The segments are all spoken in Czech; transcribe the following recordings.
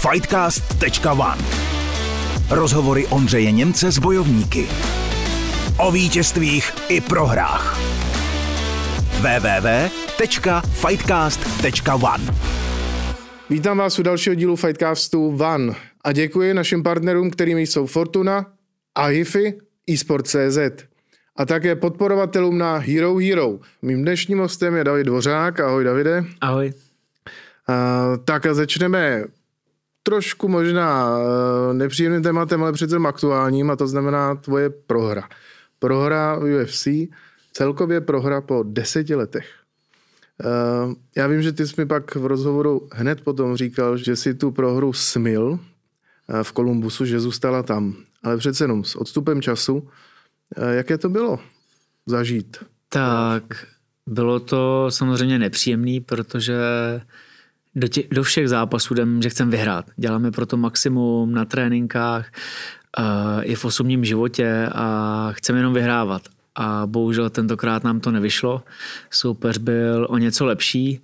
Fightcast.one. Rozhovory Ondřeje Němce s bojovníky. O vítězstvích i prohrách. www.fightcast.one. Vítám vás u dalšího dílu Fightcastu One a děkuji našim partnerům, kterými jsou Fortuna, AHIFI, eSport.cz a také podporovatelům na Hero Hero. Mým dnešním hostem je David Dvořák. Ahoj, Davide. Ahoj. Tak a začneme trošku možná nepříjemným tématem, ale přece aktuálním, a to znamená tvoje prohra. Prohra UFC, celkově prohra po 10 letech. Já vím, že ty jsi mi pak v rozhovoru hned potom říkal, že si tu prohru smil v Kolumbusu, že zůstala tam. Ale přece jenom s odstupem času, jaké to bylo zažít? Tak bylo to samozřejmě nepříjemný, protože do všech zápasů jdem, že chcem vyhrát. Děláme pro to maximum na tréninkách, i v osobním životě a chceme jenom vyhrávat. A bohužel tentokrát nám to nevyšlo. Soupeř byl o něco lepší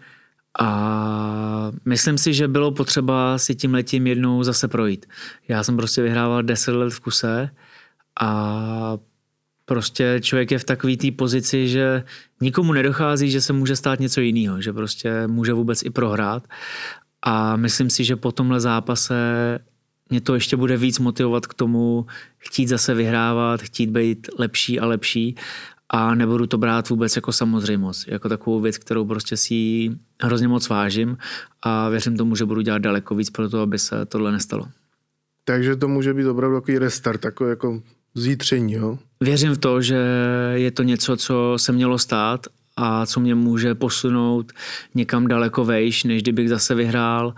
a myslím si, že bylo potřeba si tímhletím jednou zase projít. Já jsem prostě vyhrával 10 let v kuse a prostě člověk je v takové té pozici, že nikomu nedochází, že se může stát něco jiného, že prostě může vůbec i prohrát. A myslím si, že po tomhle zápase mě to ještě bude víc motivovat k tomu chtít zase vyhrávat, chtít být lepší a lepší a nebudu to brát vůbec jako samozřejmost, jako takovou věc, kterou prostě si hrozně moc vážím a věřím tomu, že budu dělat daleko víc pro to, aby se tohle nestalo. Takže to může být opravdu takový restart, takový jako zítření, jo? Věřím v to, že je to něco, co se mělo stát a co mě může posunout někam daleko vejš, než kdybych zase vyhrál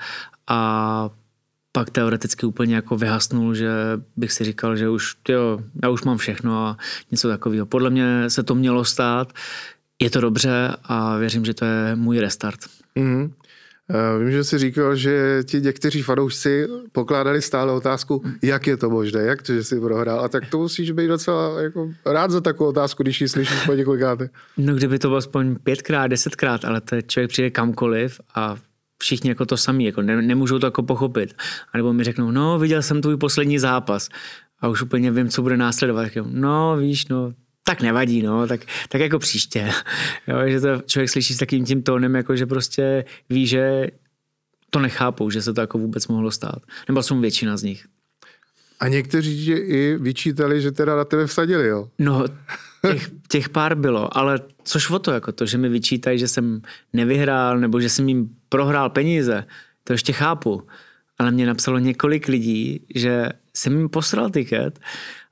a pak teoreticky úplně jako vyhasnul, že bych si říkal, že už, já už mám všechno a něco takového. Podle mě se to mělo stát, je to dobře a věřím, že to je můj restart. Mm-hmm. Vím, že jsi říkal, že ti někteří fanoušci pokládali stále otázku, jak je to možné, jak to, že jsi prohrál. A tak to musíš být docela jako rád za takovou otázku, když ji slyšíš po několikáté. No kdyby to bylo aspoň 5krát, 10krát, ale to člověk přijde kamkoliv a všichni jako to samý, jako nemůžou to jako pochopit. A nebo mi řeknou, no viděl jsem tvůj poslední zápas a už úplně vím, co bude následovat. No víš, no tak nevadí, no, tak jako příště. Jo, že to člověk slyší s takým tím tónem, jako že prostě ví, že to nechápou, že se to jako vůbec mohlo stát. Nebo jsou většina z nich. A někteří ti i vyčítali, že teda na tebe vsadili, jo? No, těch pár bylo, ale což o to, jako to, že mi vyčítají, že jsem nevyhrál, nebo že jsem jim prohrál peníze, to ještě chápu. Ale mě napsalo několik lidí, že jsem jim posral tiket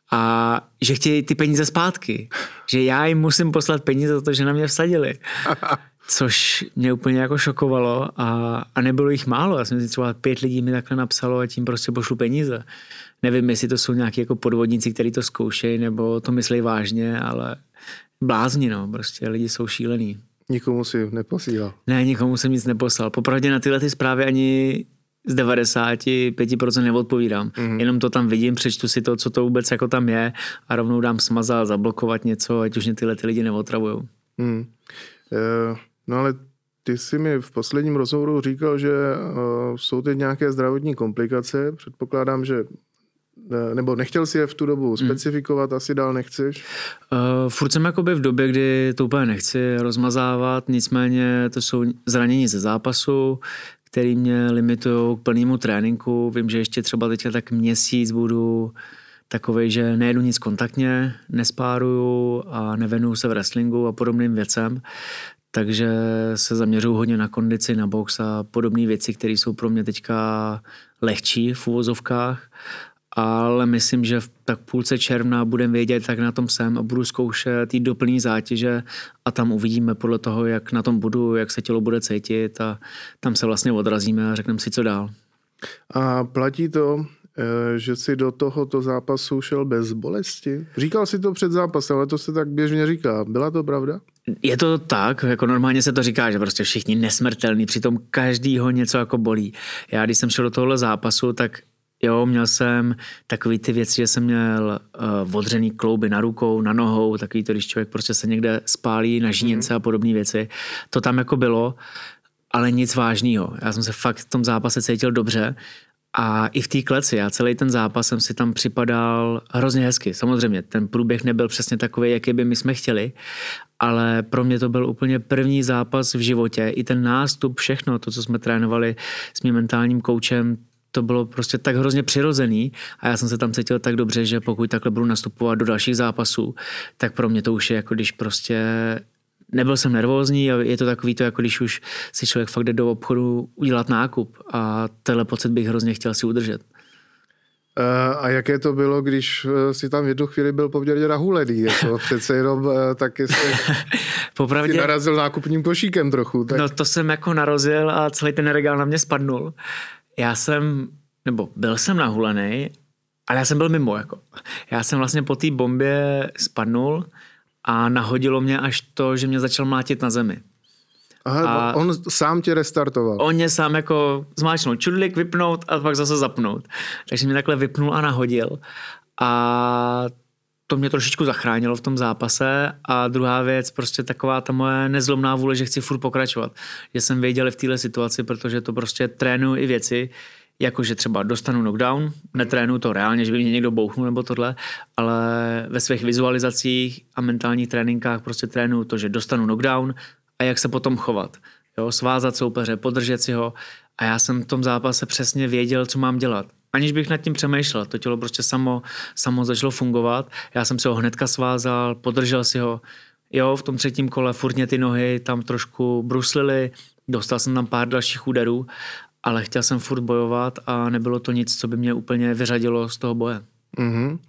a že chtějí ty peníze zpátky. Že já jim musím poslat peníze za to, že na mě vsadili. Což mě úplně jako šokovalo a nebylo jich málo. Já jsem si třeba 5 lidí mi takhle napsalo a tím prostě pošlu peníze. Nevím, jestli to jsou nějaký jako podvodníci, kteří to zkoušejí, nebo to myslí vážně, ale blázni, no, prostě lidi jsou šílený. Nikomu si neposílal? Ne, nikomu jsem nic neposlal. Popravdě na tyhle ty zprávy ani z 95% neodpovídám. Jenom to tam vidím, přečtu si to, co to vůbec jako tam je a rovnou dám smazat, zablokovat něco, ať už mě tyhle ty lidi neotravujou. No ale ty jsi mi v posledním rozhovoru říkal, že jsou teď nějaké zdravotní komplikace. Předpokládám, že nebo nechtěl si je v tu dobu specifikovat, asi dál nechceš? Furt jsem jakoby v době, kdy to úplně nechci rozmazávat, nicméně to jsou zranění ze zápasu, který mě limitují k plnému tréninku. Vím, že ještě třeba teďka tak měsíc budu takovej, že nejedu nic kontaktně, nespáruju a nevenuju se v wrestlingu a podobným věcem. Takže se zaměřuju hodně na kondici, na box a podobné věci, které jsou pro mě teďka lehčí v uvozovkách. Ale myslím, že v tak půlce června budeme vědět, jak na tom jsem a budu zkoušet jít do plný zátěže a tam uvidíme podle toho, jak na tom budu, jak se tělo bude cítit a tam se vlastně odrazíme a řekneme si, co dál. A platí to, že si do tohoto zápasu šel bez bolesti? Říkal si to před zápasem, ale to se tak běžně říká. Byla to pravda? Je to tak, jako normálně se to říká, že prostě všichni nesmrtelní, přitom každýho něco jako bolí. Já když jsem šel do tohohle zápasu, tak jo, měl jsem takový ty věci, že jsem měl odřený klouby na rukou, na nohou, takový to, když člověk prostě se někde spálí na žíněnce a podobné věci. To tam jako bylo, ale nic vážného. Já jsem se fakt v tom zápase cítil dobře A i v té kleci, já celý ten zápas jsem si tam připadal hrozně hezky. Samozřejmě, ten průběh nebyl přesně takový, jaký by my jsme chtěli, ale pro mě to byl úplně první zápas v životě. I ten nástup, všechno, to, co jsme trénovali s mým mentálním koučem, to bylo prostě tak hrozně přirozený a já jsem se tam cítil tak dobře, že pokud takhle budu nastupovat do dalších zápasů, tak pro mě to už je jako když prostě nebyl jsem nervózní a je to takový to, jako když už si člověk fakt jde do obchodu udělat nákup a tenhle pocit bych hrozně chtěl si udržet. A jaké to bylo, když si tam v jednu chvíli byl poměrně nahulený? Jako přece jenom taky Popravdě, si narazil nákupním košíkem trochu. Tak... No to jsem jako narazil a celý ten regál na mě spadnul. Byl jsem nahulený, ale já jsem byl mimo. Jako. Já jsem vlastně po té bombě spadnul a nahodilo mě až to, že mě začal mlátit na zemi. Aha, on sám tě restartoval. On mě sám jako zmáčknul čudlik, vypnout a pak zase zapnout. Takže mě takhle vypnul a nahodil. A to mě trošičku zachránilo v tom zápase. A druhá věc, prostě taková ta moje nezlomná vůle, že chci furt pokračovat. Že jsem věděl v téhle situaci, protože to prostě trénuju i věci, jakože třeba dostanu knockdown, netrénuju to reálně, že by mě někdo bouchnul nebo tohle, ale ve svých vizualizacích a mentálních tréninkách prostě trénuju to, že dostanu knockdown a jak se potom chovat. Jo, svázat soupeře, podržet si ho a já jsem v tom zápase přesně věděl, co mám dělat. Aniž bych nad tím přemýšlel, to tělo prostě samo začalo fungovat. Já jsem se ho hnedka svázal, podržel si ho. Jo, v tom třetím kole furt mě ty nohy tam trošku bruslily, dostal jsem tam pár dalších úderů, ale chtěl jsem furt bojovat a nebylo to nic, co by mě úplně vyřadilo z toho boje. Mm-hmm.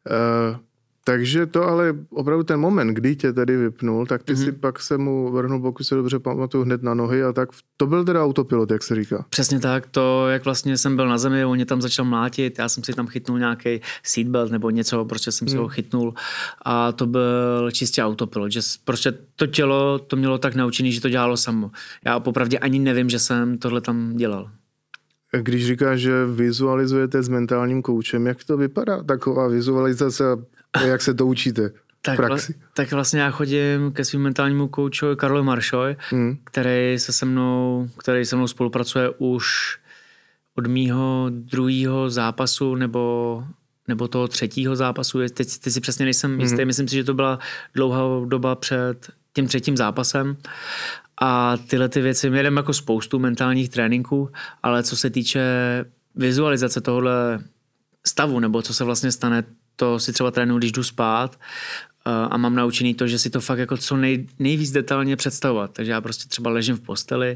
Takže to ale opravdu ten moment, kdy tě tedy vypnul, tak ty si pak se mu vrhnul, pokud se dobře pamatuju, hned na nohy a tak to byl teda autopilot, jak se říká. Přesně tak, to jak vlastně jsem byl na zemi, on mě tam začal mlátit, já jsem si tam chytnul nějaký seatbelt nebo něco, prostě jsem si ho chytnul a to byl čistě autopilot, že prostě to tělo to mělo tak naučený, že to dělalo samo. Já popravdě ani nevím, že jsem tohle tam dělal. Když říkáš, že vizualizujete s mentálním koučem, jak to vypadá, taková vizualizace, jak se to učíte v praxi? Tak vlastně já chodím ke svým mentálnímu koučovi Karlovi Maršoj, který se mnou spolupracuje už od mýho druhého zápasu nebo toho třetího zápasu. Teď si přesně nejsem jistý, myslím si, že to byla dlouhá doba před tím třetím zápasem. A tyhle ty věci, my jdeme jako spoustu mentálních tréninků, ale co se týče vizualizace tohohle stavu, nebo co se vlastně stane, to si třeba trénuji, když jdu spát a mám naučený to, že si to fakt jako co nejvíc detailně představovat. Takže já prostě třeba ležím v posteli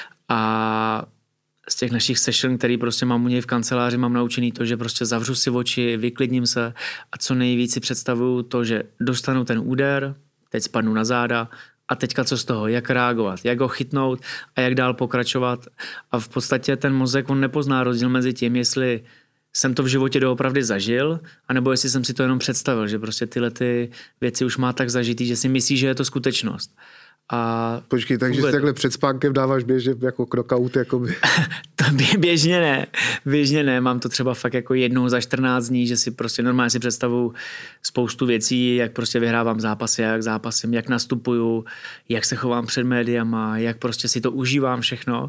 a z těch našich session, který prostě mám u něj v kanceláři, mám naučený to, že prostě zavřu si oči, vyklidním se a co nejvíc si představuju to, že dostanu ten úder, teď spadnu na záda a teďka co z toho, jak reagovat, jak ho chytnout a jak dál pokračovat. A v podstatě ten mozek, on nepozná rozdíl mezi tím, jestli jsem to v životě doopravdy zažil, anebo jestli jsem si to jenom představil, že prostě tyhle ty věci už má tak zažitý, že si myslí, že je to skutečnost. A počkej, takže si takhle před spánkem dáváš běžně jako knockout, jakoby? To běžně ne, mám to třeba fakt jako jednou za 14 dní, že si prostě normálně si představuju spoustu věcí, jak prostě vyhrávám zápasy, jak zápasím, jak nastupuju, jak se chovám před médiama, jak prostě si to užívám všechno.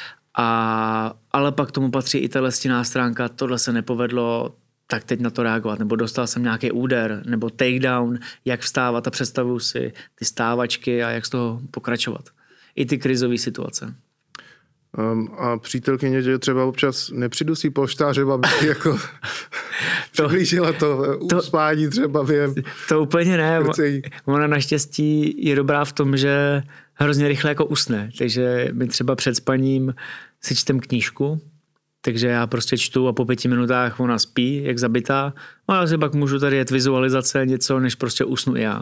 Ale pak tomu patří i ta stinná stránka, tohle se nepovedlo, tak teď na to reagovat, nebo dostal jsem nějaký úder, nebo takedown, jak vstávat a představuju si ty stávačky a jak z toho pokračovat. I ty krizové situace. A přítelkyně tě třeba občas nepřidusí polštářem, aby jako přiblížila to uspání třeba během. To úplně ne. Ona naštěstí je dobrá v tom, že hrozně rychle jako usne. Takže my třeba před spaním si čtem knížku, takže já prostě čtu a po 5 minutách ona spí, jak zabitá. A já si pak můžu tady jet vizualizace něco, než prostě usnu i já.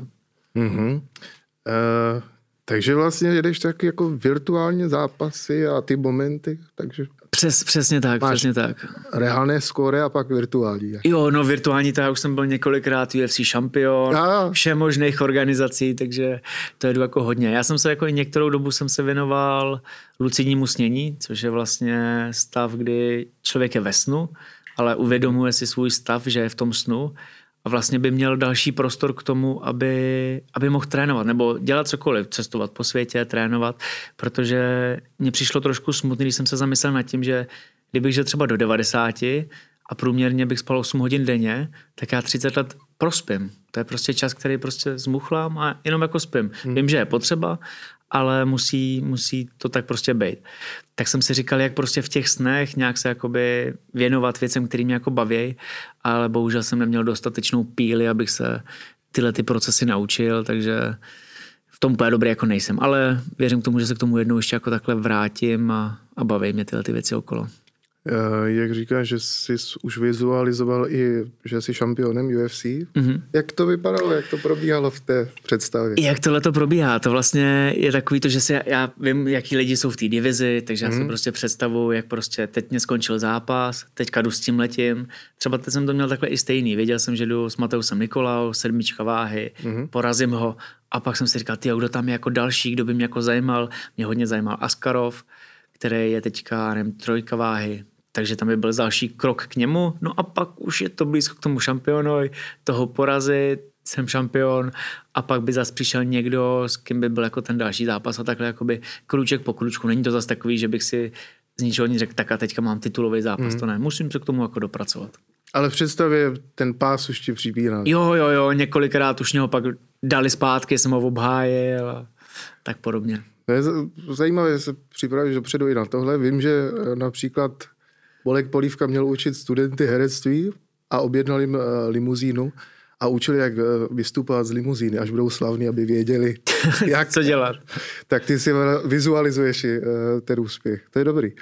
Takže vlastně jedeš tak jako virtuálně zápasy a ty momenty, takže... Přesně tak. Reálné skóre a pak virtuální. Jo, no virtuální, to já už jsem byl několikrát UFC šampion, všemožných organizací, takže to jedu jako hodně. Já jsem se jako i některou dobu jsem se věnoval lucidnímu snění, což je vlastně stav, kdy člověk je ve snu, ale uvědomuje si svůj stav, že je v tom snu a vlastně by měl další prostor k tomu, aby mohl trénovat nebo dělat cokoliv, cestovat po světě, trénovat, protože mně přišlo trošku smutný, když jsem se zamyslel nad tím, že kdybych žil třeba do 90 a průměrně bych spal 8 hodin denně, tak já 30 let prospím. To je prostě čas, který prostě zmuchlám a jenom jako spím. Vím, že je potřeba, ale musí to tak prostě být. Tak jsem si říkal, jak prostě v těch snech nějak se jakoby věnovat věcem, který mě jako baví, ale bohužel jsem neměl dostatečnou píli, abych se tyhle ty procesy naučil, takže v tom úplně dobrý jako nejsem. Ale věřím k tomu, že se k tomu jednou ještě jako takhle vrátím a baví mě tyhle ty věci okolo. Jak říkáš, že jsi už vizualizoval i, že jsi šampionem UFC. Jak to vypadalo, jak to probíhalo v té představě? Jak tohle to probíhá? To vlastně je takový to, že já vím, jaký lidi jsou v té divizi, takže já si prostě představuji, jak prostě teď mě skončil zápas, teďka jdu s tím letím. Třeba teď jsem to měl takhle i stejný. Věděl jsem, že jdu s Mateusem Nikolau, 7 váhy, porazím ho a pak jsem si říkal, kdo tam je jako další, kdo by mě jako zajímal. Mě hodně zajímal Askarov, který je teďka, nevím, 3 váhy. Takže tam by byl další krok k němu. No a pak už je to blízko k tomu šampionovi, toho porazit, jsem šampion a pak by zase přišel někdo, s kým by byl jako ten další zápas a takhle jakoby krůček po krůčku. Není to zase takový, že bych si z ničeho nic řekl, tak a teďka mám titulový zápas, to ne. Musím se k tomu jako dopracovat. Ale v představě ten pás už ti přibírá. Jo, několikrát už něho pak dali zpátky, jsem ho obhájil a tak podobně. To je zajímavé se připravit dopředu i na tohle. Vím, že například Bolek Polívka měl učit studenty herectví a objednal jim limuzínu a učili, jak vystupovat z limuzíny, až budou slavní, aby věděli, jak co dělat. Tak ty si vizualizuješ ten úspěch. To je dobrý.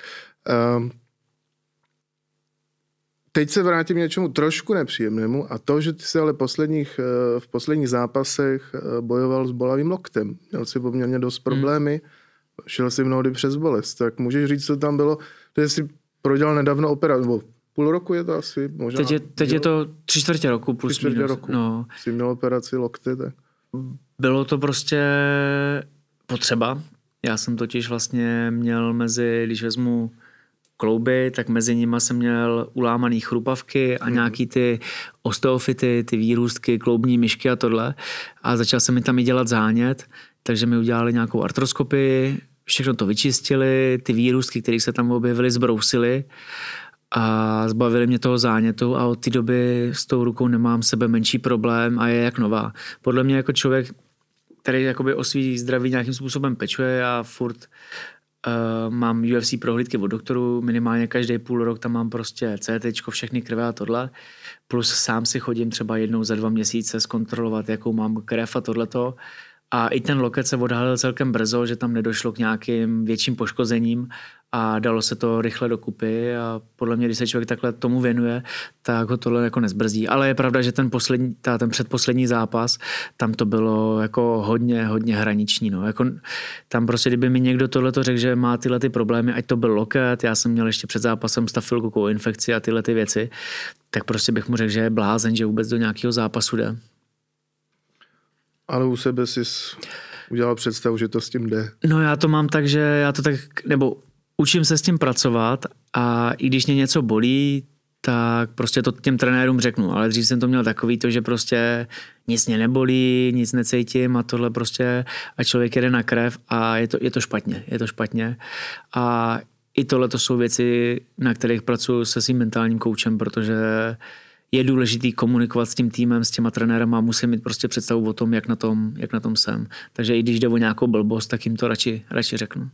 Teď se vrátím k něčemu trošku nepříjemnému a to, že ty jsi ale v posledních zápasech bojoval s bolavým loktem. Měl jsi poměrně dost problémy, šel jsi mnohdy přes bolest. Tak můžeš říct, co tam bylo? To jsi prodělal nedávno operaci, nebo půl roku je to asi možná. Teď je to 3/4 roku plus minus. No. Jsi měl operaci lokty, tak? Bylo to prostě potřeba. Já jsem totiž vlastně měl když vezmu klouby, tak mezi nimi jsem měl ulámaný chrupavky a nějaký ty osteofity, ty výrůstky, kloubní myšky a tohle. A začal jsem mi tam i dělat zánět, takže mi udělali nějakou artroskopii, všechno to vyčistili, ty výrůstky, které se tam objevily, zbrousily a zbavili mě toho zánětu a od té doby s tou rukou nemám sebe menší problém a je jak nová. Podle mě jako člověk, který jakoby o svý zdraví nějakým způsobem pečuje a furt mám UFC prohlídky od doktorů, minimálně každý půl rok tam mám prostě CTčko, všechny krve a tohle, plus sám si chodím třeba jednou za 2 měsíce zkontrolovat, jakou mám krev a tohleto. A i ten loket se odhalil celkem brzo, že tam nedošlo k nějakým větším poškozením a dalo se to rychle dokupy a podle mě, když se člověk takhle tomu věnuje, tak ho tohle jako nezbrzdí. Ale je pravda, že ten předposlední zápas, tam to bylo jako hodně hraniční. No. Jako, tam prostě, kdyby mi někdo tohleto řekl, že má tyhle ty problémy, ať to byl loket, já jsem měl ještě před zápasem stafylokokovou infekci a tyhle ty věci, tak prostě bych mu řekl, že je blázen, že vůbec do nějakého zápasu jde. Ale u sebe jsi udělal představu, že to s tím jde. No já to mám tak, že učím se s tím pracovat a i když mě něco bolí, tak prostě to těm trenérům řeknu. Ale dřív jsem to měl takový to, že prostě nic mě nebolí, nic necítím a tohle prostě a člověk jede na krev a je to špatně. A i tohle to jsou věci, na kterých pracuji se svým mentálním koučem, protože je důležitý komunikovat s tím týmem, s těma trenérama a musím mít prostě představu o tom, jak na tom jsem. Takže i když jde o nějakou blbost, tak jim to radši řeknu.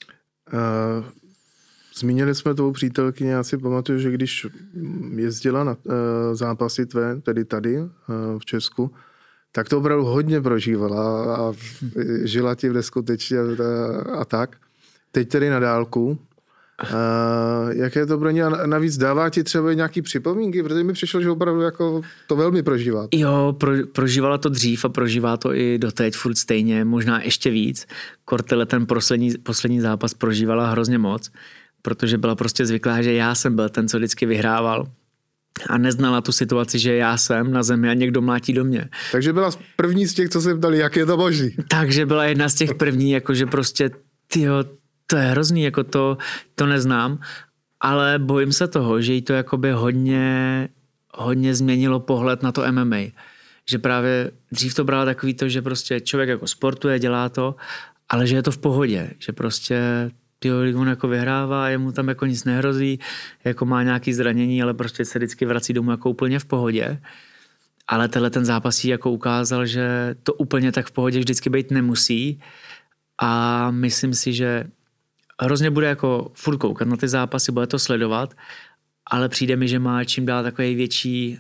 Zmínili jsme tvou přítelkyni, já si pamatuju, že když jezdila na zápasy tvé, tedy tady v Česku, tak to opravdu hodně prožívala a žila ti v neskutečně a tak. Teď tedy na dálku. Jak je to pro ně? A navíc dává ti třeba nějaký připomínky, protože mi přišlo, že opravdu jako to velmi prožívá. Jo, prožívala to dřív a prožívá to i doteď furt stejně, možná ještě víc. Kortele ten poslední zápas prožívala hrozně moc, protože byla prostě zvyklá, že já jsem byl ten, co vždycky vyhrával a neznala tu situaci, že já jsem na zemi a někdo mlátí do mě. Takže byla první z těch, co se ptali, jak je to možný. Takže byla jedna z těch první, jakože prostě to je hrozný, jako to neznám, ale bojím se toho, že jí to jakoby hodně změnilo pohled na to MMA. Že právě dřív to brala takový to, že prostě člověk jako sportuje, dělá to, ale že je to v pohodě, že prostě on jako vyhrává, jemu tam jako nic nehrozí, jako má nějaký zranění, ale prostě se vždycky vrací domů jako úplně v pohodě. Ale tenhle ten zápas jí jako ukázal, že to úplně tak v pohodě vždycky být nemusí a myslím si, že hrozně bude jako furt koukat na ty zápasy, bude to sledovat, ale přijde mi, že má čím dál takový větší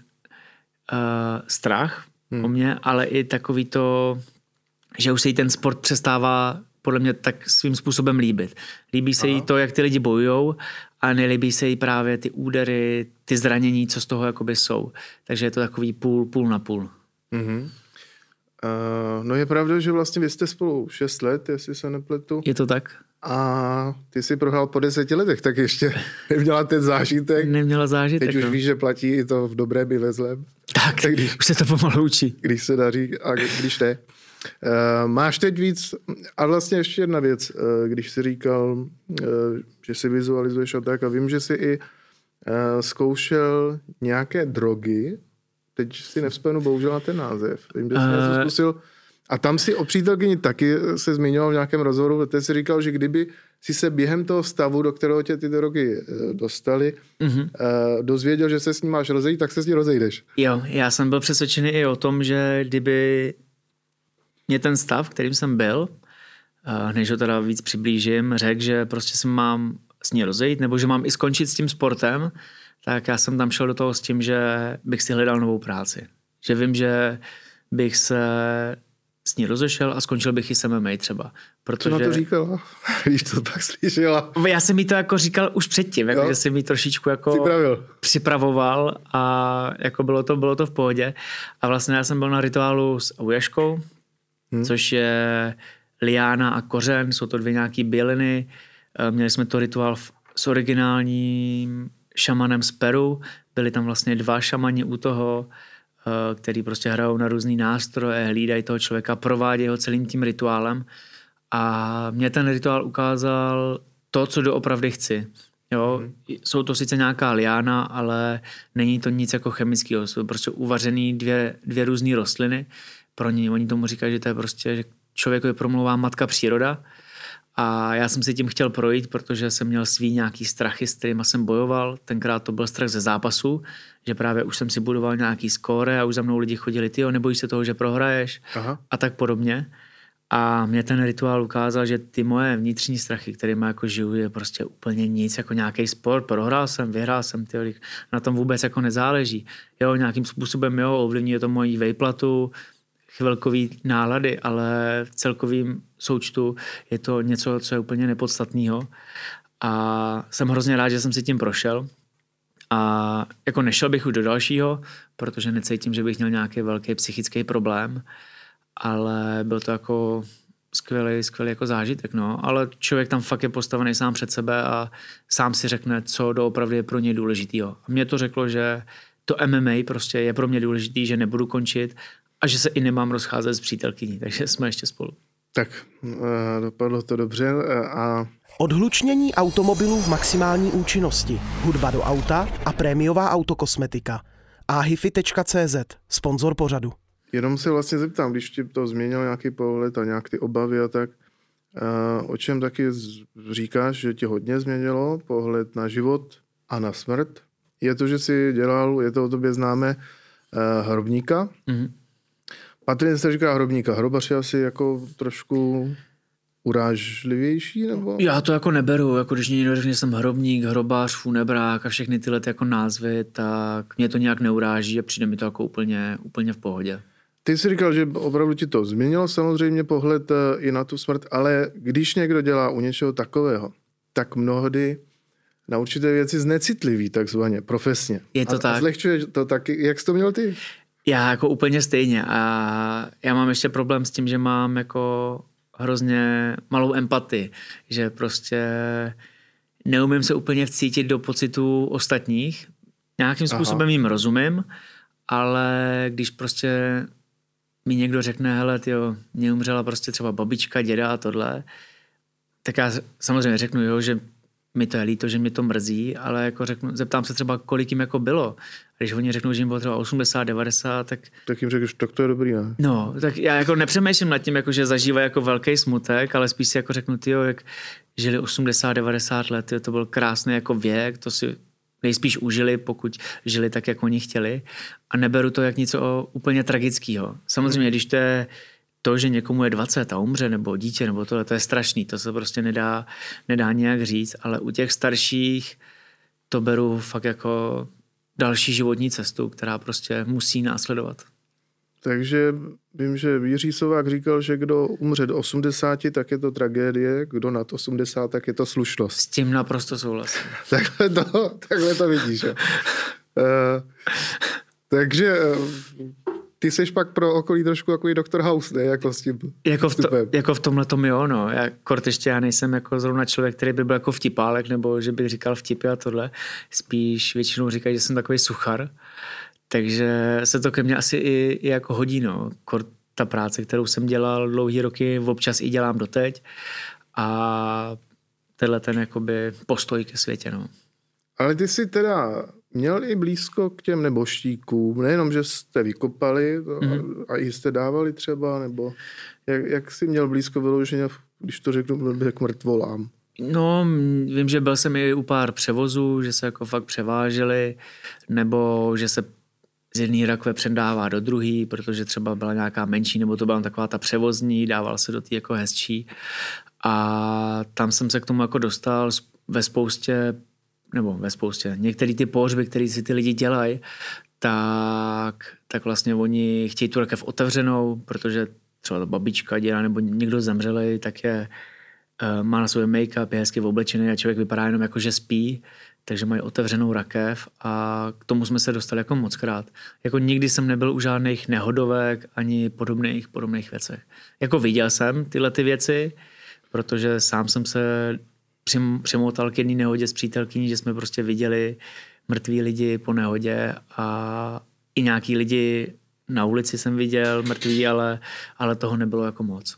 strach o mě, ale i takový to, že už se jí ten sport přestává podle mě tak svým způsobem líbit. Líbí se jí to, jak ty lidi bojujou a nelíbí se jí právě ty údery, ty zranění, co z toho jakoby jsou. Takže je to takový půl na půl. Mm-hmm. No je pravda, že vlastně vy jste spolu 6 let, jestli se nepletu. Je to tak? A ty jsi prohrál po 10 letech, tak ještě neměla ten zážitek. Neměla zážitek. Teď už víš, že platí i to v dobré i ve zlém. Tak když, už se to pomalu učí. Když se daří a když ne. Máš teď víc, a vlastně ještě jedna věc, když jsi říkal, že si vizualizuješ a tak, a vím, že jsi i zkoušel nějaké drogy, teď si nevzpomenu bohužel na ten název, vím, že jsi něco zkusil, a tam si o přítelkyni taky se zmiňoval v nějakém rozhovoru, ty jsi říkal, že kdyby si se během toho stavu, do kterého tě ty drogy dostaly, dozvěděl, že se s ním máš rozejít, tak se s ní rozejdeš. Jo, já jsem byl přesvědčený i o tom, že kdyby mě ten stav, kterým jsem byl, než ho teda víc přiblížím, řekl, že prostě se mám s ní rozejít, nebo že mám i skončit s tím sportem, tak já jsem tam šel do toho s tím, že bych si hledal novou práci. Že vím, že bych se s ní rozešel a skončil bych i s MMA třeba. Protože... Co na to říkala, když to tak slyšela? Já jsem jí to jako říkal už předtím, jako, že jsem jí trošičku jako připravoval a jako bylo to v pohodě. A vlastně já jsem byl na rituálu s Auješkou, což je liána a kořen, jsou to 2 nějaký byliny. Měli jsme to rituál s originálním šamanem z Peru. Byli tam vlastně 2 šamani u toho, který prostě hrajou na různý nástroje, hlídají toho člověka, provádějí ho celým tím rituálem. A mě ten rituál ukázal to, co doopravdy chci. Jo? Jsou to sice nějaká liána, ale není to nic jako chemického. Jsou prostě uvařený 2 různé rostliny. Pro ně, oni tomu říkají, že to je prostě, že člověku je promluvá matka příroda. A já jsem si tím chtěl projít, protože jsem měl svý nějaký strachy, s kterýma jsem bojoval. Tenkrát to byl strach ze zápasu, že právě už jsem si budoval nějaký skóre a už za mnou lidi chodili, tyjo, nebojíš se toho, že prohraješ. Aha. A tak podobně. A mě ten rituál ukázal, že ty moje vnitřní strachy, kterými jako žiju, je prostě úplně nic, jako nějaký sport. Prohrál jsem, vyhrál jsem, tyjo, na tom vůbec jako nezáleží. Jo, nějakým způsobem, jo, ovlivňuje to moji vejplatu, chvilkový nálady, ale v celkovým součtu je to něco, co je úplně nepodstatného. A jsem hrozně rád, že jsem si tím prošel. A jako nešel bych už do dalšího, protože necítím, že bych měl nějaký velký psychický problém, ale byl to jako skvělý jako zážitek, no. Ale člověk tam fakt je postavený sám před sebe a sám si řekne, co doopravdy je pro něj důležitýho. A mě to řeklo, že to MMA prostě je pro mě důležitý, že nebudu končit a že se i nemám rozcházet s přítelkyní, takže jsme ještě spolu. Tak, dopadlo to dobře a... Odhlučnění automobilů v maximální účinnosti, hudba do auta a prémiová autokosmetika. ahifi.cz, sponzor pořadu. Jenom se vlastně zeptám, když ti to změnil nějaký pohled a nějak ty obavy a tak, o čem taky říkáš, že ti hodně změnilo pohled na život a na smrt? Je to, že jsi dělal, je to o tobě známé, hrobníka. Patrně se říká hrobníka. Hrobař je asi jako trošku urážlivější, nebo? Já to jako neberu, jako když někdo řekne, že jsem hrobník, hrobář, funebrák a všechny tyhle jako názvy, tak mě to nějak neuráží a přijde mi to jako úplně v pohodě. Ty jsi říkal, že opravdu ti to změnilo samozřejmě pohled i na tu smrt, ale když někdo dělá u něčeho takového, tak mnohdy na určité věci znecitlivý, takzvaně, profesně. Je to tak. A zlehčuje to taky. Jak jsi to měl ty? Já jako úplně stejně a já mám ještě problém s tím, že mám jako hrozně malou empatii, že prostě neumím se úplně vcítit do pocitů ostatních. Nějakým způsobem jim rozumím, ale když prostě mi někdo řekne, hele, tyjo, mě umřela prostě třeba babička, děda a tohle, tak já samozřejmě řeknu, jo, že mi to je líto, že mě to mrzí, ale jako zeptám se třeba, kolik jim jako bylo. A když oni řeknou, že jim bylo třeba 80, 90, tak jim řekneš, tak to je dobrý, ne? No, tak já jako nepřemýšlím nad tím, jako, že zažívají jako velký smutek, ale spíš si jako řeknu, tyjo, jak žili 80, 90 let, tyjo, to byl krásný jako věk, to si nejspíš užili, pokud žili tak, jak oni chtěli. A neberu to jak něco úplně tragického. Samozřejmě, když to je to, že někomu je 20 a umře, nebo dítě, nebo tohle, to je strašný, to se prostě nedá nějak říct, ale u těch starších to beru fakt jako další životní cestu, která prostě musí následovat. Takže vím, že Jiří Sovák říkal, že kdo umře do 80, tak je to tragédie, kdo nad 80, tak je to slušnost. S tím naprosto souhlasím. takhle to vidíš. Jo. Takže ty seš pak pro okolí trošku jako Dr. House, ne? Jako s tím jako v tomhletom jo, no. Já nejsem jako zrovna člověk, který by byl jako vtipálek, nebo že bych říkal vtipy a tohle. Spíš většinou říkají, že jsem takový suchar. Takže se to ke mně asi i jako hodí, no. Ta práce, kterou jsem dělal dlouhý roky, občas i dělám doteď. A tenhle ten jakoby postoj ke světě, no. Ale ty jsi teda měl i blízko k těm neboštíkům, nejenom, že jste vykopali a i jste dávali třeba, nebo jak jsi měl blízko vyloženě, když to řeknu, k mrtvolám? No, vím, že byl jsem i u pár převozů, že se jako fakt převáželi, nebo že se z jedné rakve předává do druhé, protože třeba byla nějaká menší, nebo to byla taková ta převozní, dával se do té jako hezčí. A tam jsem se k tomu jako dostal ve spoustě. Některé ty pohřby, které si ty lidi dělají, tak vlastně oni chtějí tu rakev otevřenou, protože třeba ta babička dělá, nebo někdo zemřelej, tak má na sobě make-up, je hezky oblečený a člověk vypadá jenom jako, že spí, takže mají otevřenou rakev a k tomu jsme se dostali jako mockrát. Jako nikdy jsem nebyl u žádných nehodovek ani podobných věcech. Jako viděl jsem tyhle ty věci, protože sám jsem se přimotal k jedné nehodě s přítelkyní, že jsme prostě viděli mrtví lidi po nehodě a i nějaký lidi na ulici jsem viděl mrtví, ale toho nebylo jako moc.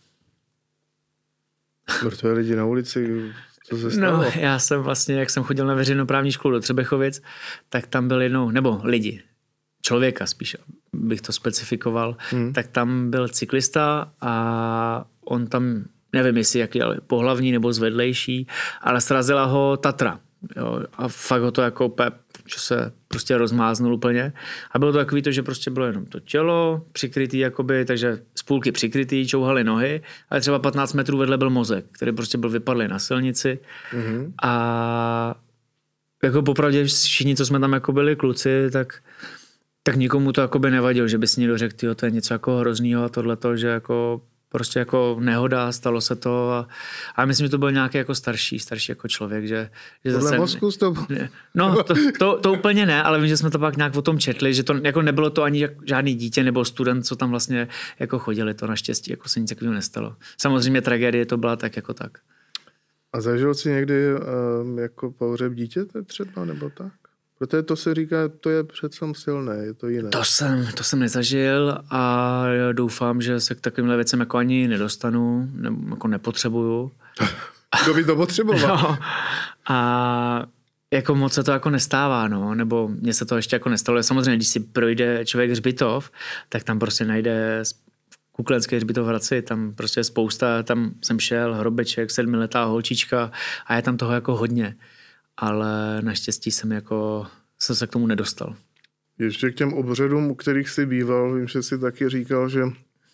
Mrtvé lidi na ulici, co se stalo? No, já jsem vlastně, jak jsem chodil na veřejnoprávní školu do Třebechovic, tak tam byl nebo lidi, člověka spíš, bych to specifikoval, tak tam byl cyklista a on tam nevím, jestli jak je pohlavní nebo zvedlejší, ale srazila ho Tatra. Jo, a fakt ho to jako že se prostě rozmáznul úplně. A bylo to takový to, že prostě bylo jenom to tělo přikrytý, jakoby, takže z půlky přikrytý, čouhaly nohy, ale třeba 15 metrů vedle byl mozek, který prostě byl vypadlý na silnici. A jako popravdě všichni, co jsme tam jako byli kluci, tak nikomu to jakoby nevadilo, že by si někdo řekl, to je něco jako hroznýho a tohleto, že jako prostě jako nehoda, stalo se to a myslím, že to byl nějaký jako starší jako člověk, že zase mozku s tobou? No, to úplně ne, ale vím, že jsme to pak nějak o tom četli, že to jako nebylo to ani žádný dítě nebo student, co tam vlastně jako chodili, to naštěstí jako se nic takového nestalo. Samozřejmě tragédie to byla tak jako tak. A zažil jsi někdy jako pohřeb dítěte třeba nebo tak? Protože to se říká, to je přece silné, je to jiné. To jsem nezažil a doufám, že se k takovýmhle věcem jako ani nedostanu, nebo jako nepotřebuju. Kdo by to potřeboval? No, a jako moc se to jako nestává, no, nebo mně se to ještě jako nestalo. Samozřejmě, když si projde člověk hřbitov, tak tam prostě najde Kuklenský hřbitov v Hradci, tam prostě spousta, tam jsem šel, hrobeček, 7letá holčička a je tam toho jako hodně. Ale naštěstí jsem se k tomu nedostal. Ještě k těm obřadům, u kterých jsi býval, vím, že jsi taky říkal, že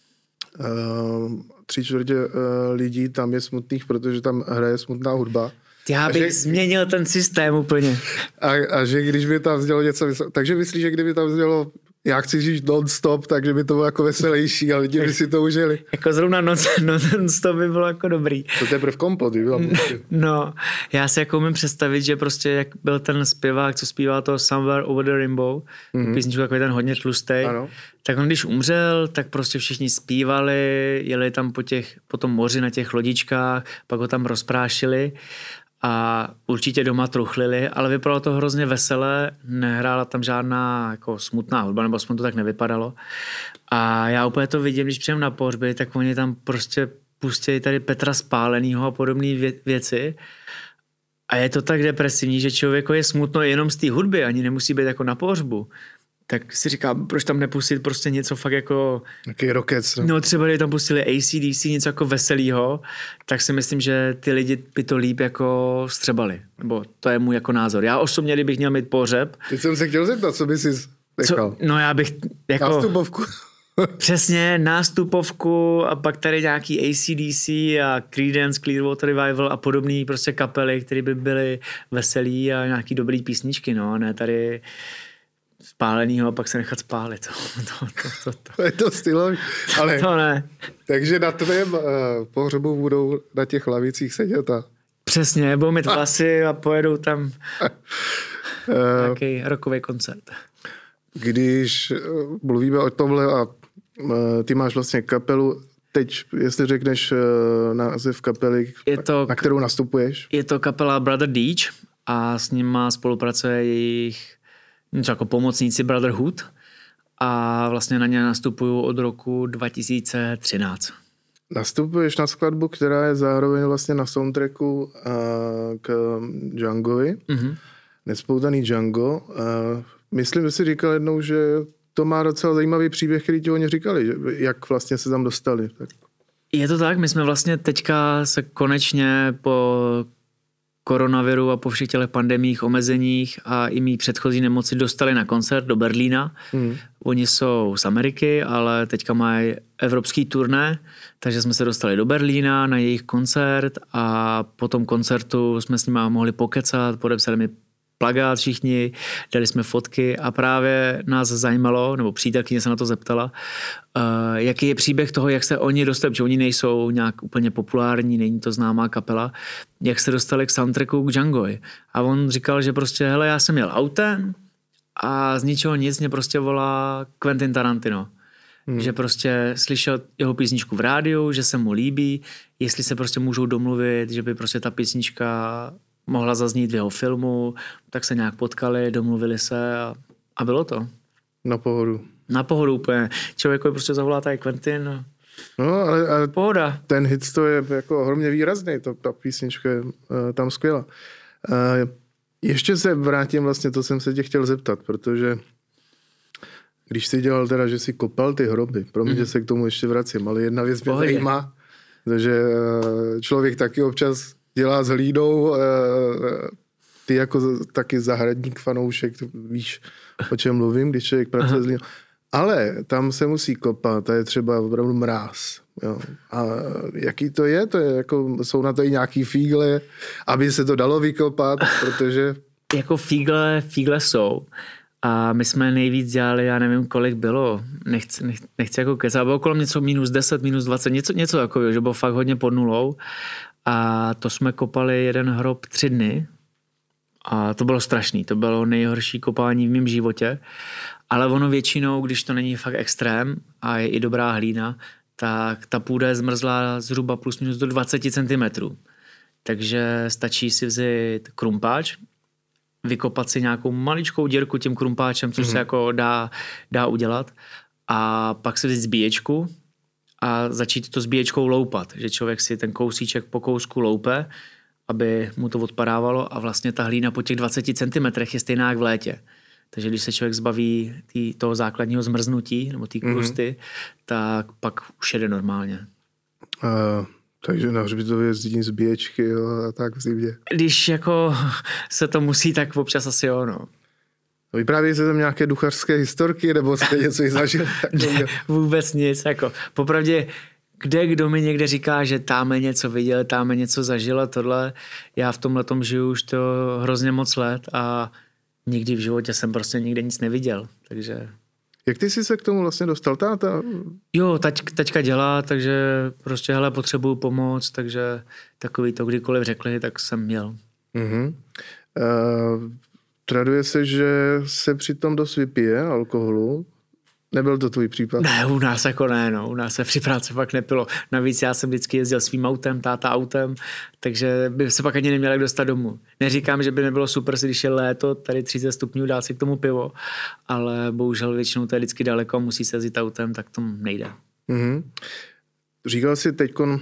3/4 lidí tam je smutných, protože tam hraje smutná hudba. Já bych změnil ten systém úplně. A že když by tam znělo něco... Takže myslíš, že kdyby tam znělo já chci žít non-stop, takže by to bylo jako veselější a lidi by si to užili. Jako zrovna non-stop by bylo jako dobrý. To teprve kompot, by bylo. No, já si jako umím představit, že prostě jak byl ten zpěvák, co zpíval to Somewhere Over the Rainbow, písničku takový ten hodně tlustej, ano. Tak on když umřel, tak prostě všichni zpívali, jeli tam po tom moři na těch lodičkách, pak ho tam rozprášili a určitě doma truchlili, ale vypadalo to hrozně veselé, nehrála tam žádná jako smutná hudba, nebo aspoň to tak nevypadalo. A já úplně to vidím, když přijdem na pohřby, tak oni tam prostě pustějí tady Petra Spálenýho a podobné věci. A je to tak depresivní, že člověku je smutno jenom z té hudby, ani nemusí být jako na pohřbu. Tak si říkám, proč tam nepustit prostě něco fakt jako... Jaký rockec. No třeba kdyby tam pustili AC/DC, něco jako veselýho, tak si myslím, že ty lidi by to líp jako střebali. Nebo to je můj jako názor. Já osobně, kdybych měl mít pohřeb... Teď jsem se chtěl zeptat, co by si nechal? No já bych jako... Nástupovku. Přesně, nástupovku a pak tady nějaký AC/DC a Creedence, Clearwater Revival a podobné prostě kapely, které by byly veselý a nějaký dobrý písničky, no, ne tady spálenýho a pak se nechat spálit. To je to stylový. Ale to ne. Takže na tvém pohřebu budou na těch lavicích sedět a... Přesně, budou mít vlasy a pojedou tam nějaký rockový koncert. Když mluvíme o tomhle a ty máš vlastně kapelu, teď, jestli řekneš název kapely, na kterou nastupuješ? Je to kapela Brother Deej a s nima spolupracuje jejich něco jako pomocníci Brotherhood a vlastně na ně nastupuju od roku 2013. Nastupuješ na skladbu, která je zároveň vlastně na soundtracku k Djangovi. Mm-hmm. Nespoutaný Django. Myslím, že jsi říkal jednou, že to má docela zajímavý příběh, který ti oni říkali, jak vlastně se tam dostali. Tak. Je to tak, my jsme vlastně teďka se konečně po koronaviru a po všech těch pandemiích, omezeních a i mý předchozí nemoci dostali na koncert do Berlína. Oni jsou z Ameriky, ale teďka mají evropský turné, takže jsme se dostali do Berlína na jejich koncert a po tom koncertu jsme s nimi mohli pokecat, podepsali mi plagát všichni, dali jsme fotky a právě nás zajímalo, nebo přítelkyně se na to zeptala, jaký je příběh toho, jak se oni dostali, protože oni nejsou nějak úplně populární, není to známá kapela, jak se dostali k soundtracku k Djangovi. A on říkal, že prostě, hele, já jsem jel autem a z ničeho nic mě prostě volá Quentin Tarantino. Že prostě slyšel jeho písničku v rádiu, že se mu líbí, jestli se prostě můžou domluvit, že by prostě ta písnička mohla zaznít v jeho filmu, tak se nějak potkali, domluvili se a bylo to. Na pohodu. Na pohodu úplně. Člověk je prostě zavolá tady Quentin. No, ale pohoda. Ten hit to je jako ohromně výrazný, ta písnička je tam skvělá. Ještě se vrátím vlastně, to jsem se tě chtěl zeptat, protože když jsi dělal teda, že jsi kopal ty hroby, promiň, se k tomu ještě vracím, ale jedna věc mě zajímá, že člověk taky občas dělá s hlídou, ty jako taky zahradník, fanoušek, víš, o čem mluvím, když člověk pracuje s hlídou. Ale tam se musí kopat, to je třeba opravdu mráz. Jo. A jaký to je? Jako, jsou na to i nějaký fígle, aby se to dalo vykopat, protože... Jako fígle jsou. A my jsme nejvíc dělali, já nevím, kolik bylo, nechci jako kecat, bylo okolo něco -10, -20, něco takového, že bylo fakt hodně pod nulou. A to jsme kopali jeden hrob 3 dny a to bylo strašný, to bylo nejhorší kopání v mém životě, ale ono většinou, když to není fakt extrém a je i dobrá hlína, tak ta půda je zmrzlá zhruba plus minus do 20 cm. Takže stačí si vzít krumpáč, vykopat si nějakou maličkou děrku tím krumpáčem, což se jako dá udělat a pak si vzít zbíječku a začít to zbíječkou loupat, že člověk si ten kousíček po kousku loupe, aby mu to odpadávalo a vlastně ta hlína po těch 20 cm je stejná jak v létě. Takže když se člověk zbaví toho základního zmrznutí nebo té krusty, tak pak už jede normálně. Takže na hřbitově jezdí zbíječky a tak v zimě. Když jako se to musí, tak občas asi jo, no. Vypráví se tam nějaké duchařské historky, nebo jste něco zažil? Ne, vůbec nic. Jako, popravdě, kdo mi někde říká, že táme něco viděl, táme něco zažil a tohle, já v tomhletom žiju už to hrozně moc let a nikdy v životě jsem prostě nikde nic neviděl, takže... Jak ty jsi se k tomu vlastně dostal, táta? Jo, taťka dělá, takže prostě hele, potřebuju pomoc, takže takový to kdykoliv řekli, tak jsem měl. Traduje se, že se přitom dost vypije alkoholu. Nebyl to tvůj případ? Ne, u nás jako ne, no. U nás se při práci fakt nepilo. Navíc já jsem vždycky jezdil svým autem, táta autem, takže by se pak ani neměl jak dostat domů. Neříkám, že by nebylo super, když je léto, tady 30 stupňů, dát si k tomu pivo, ale bohužel většinou to je vždycky daleko a musí se jezdit autem, tak to nejde. Říkal jsi teďkon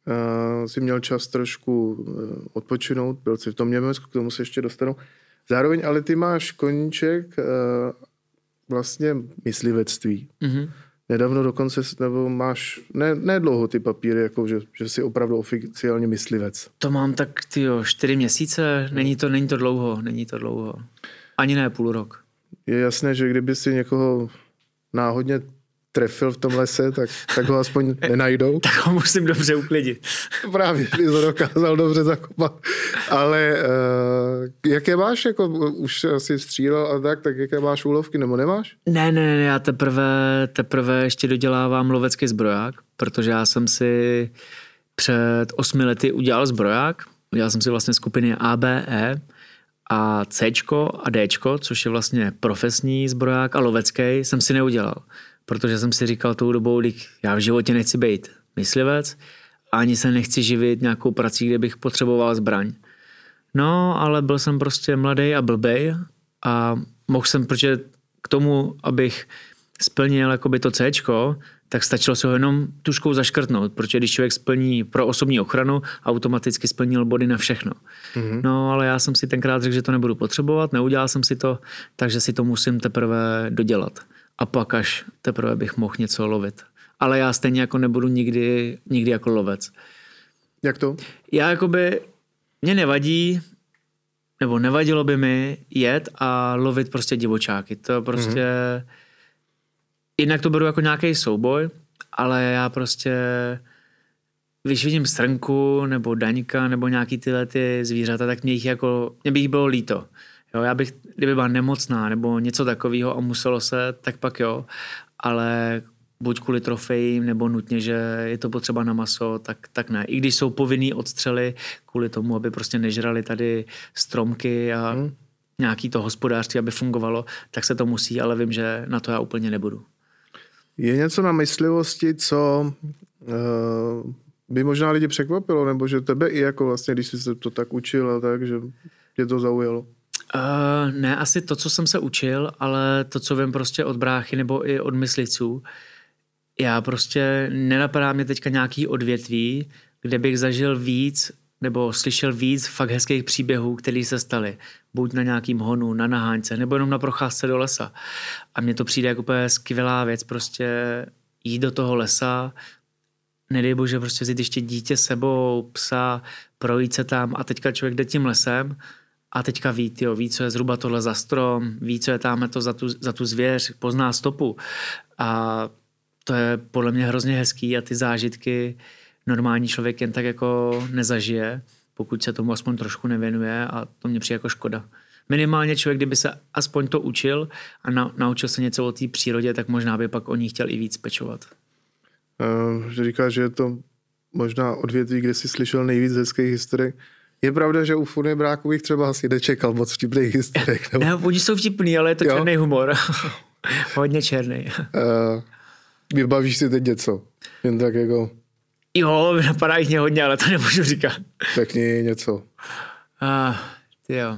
si měl čas trošku odpočinout, byl jsi v tom Německu, k tomu se ještě dostanu. Zároveň ale ty máš koníček vlastně myslivectví. Mm-hmm. Nedávno dokonce, nebo máš, ne dlouho ty papíry, jako že jsi opravdu oficiálně myslivec. To mám tak, 4 měsíce, není to dlouho. Ani ne půl rok. Je jasné, že kdyby si někoho náhodně trefil v tom lese, tak ho aspoň nenajdou. Tak ho musím dobře uklidit. Právě, že to dokázal dobře zakopat. Ale jaké máš, jako už asi střílel a tak jaké máš úlovky, nebo nemáš? Ne, já teprve ještě dodělávám lovecký zbroják, protože já jsem si před 8 lety udělal zbroják. Udělal jsem si vlastně skupiny A, B, E a Cčko a Dčko, což je vlastně profesní zbroják a lovecký jsem si neudělal. Protože jsem si říkal tou dobou, já v životě nechci být myslivec a ani se nechci živit nějakou prací, kde bych potřeboval zbraň. No, ale byl jsem prostě mladý a blbej a mohl jsem, protože k tomu, abych splnil jakoby to Cčko, tak stačilo se ho jenom tužkou zaškrtnout, protože když člověk splní pro osobní ochranu, automaticky splnil body na všechno. Mm-hmm. No, ale já jsem si tenkrát řekl, že to nebudu potřebovat, neudělal jsem si to, takže si to musím teprve dodělat. A pak až teprve bych mohl něco lovit. Ale já stejně jako nebudu nikdy jako lovec. Jak to? Já jakoby, mě nevadí, nebo nevadilo by mi jet a lovit prostě divočáky. To prostě, jednak to beru jako nějaký souboj, ale já prostě, když vidím strnku nebo daňka nebo nějaký tyhle ty zvířata, tak mě by jich bylo líto. Jo, kdyby byla nemocná nebo něco takového a muselo se, tak pak jo, ale buď kvůli trofejím nebo nutně, že je to potřeba na maso, tak ne. I když jsou povinný odstřely kvůli tomu, aby prostě nežrali tady stromky a nějaký to hospodářství, aby fungovalo, tak se to musí, ale vím, že na to já úplně nebudu. Je něco na myslivosti, co by možná lidi překvapilo, nebo že tebe i jako vlastně, když jsi se to tak učil, tak, že tě to zaujalo? Ne, asi to, co jsem se učil, ale to, co vím prostě od bráchy nebo i od myslivců. Já prostě nenapadá mě teďka nějaký odvětví, kde bych zažil víc nebo slyšel víc fakt hezkých příběhů, které se staly. Buď na nějakým honu, na naháňce, nebo jenom na procházce do lesa. A mně to přijde jako úplně skvělá věc, prostě jít do toho lesa, nedej bože, prostě vzít ještě dítě sebou, psa, projít se tam a teďka člověk jde tím lesem a teďka ví, co je zhruba tohle za strom, ví, co je tam to za tu zvěř, pozná stopu. A to je podle mě hrozně hezký a ty zážitky normální člověk jen tak jako nezažije, pokud se tomu aspoň trošku nevěnuje a to mě přijde jako škoda. Minimálně člověk, kdyby se aspoň to učil a naučil se něco o té přírodě, tak možná by pak o ní chtěl i víc pečovat. Že říkáš, že je to možná odvětví, kde jsi slyšel nejvíc hezkých historiek. Je pravda, že u Funy Brákových třeba asi nečekal moc vtipných historiek. Ne, oni jsou vtipný, ale je to černý humor. Hodně černý. Vybavíš si teď něco? Jen tak jako... Jo, napadá jich mě hodně, ale to nemůžu říkat. Řekni něco. Jo.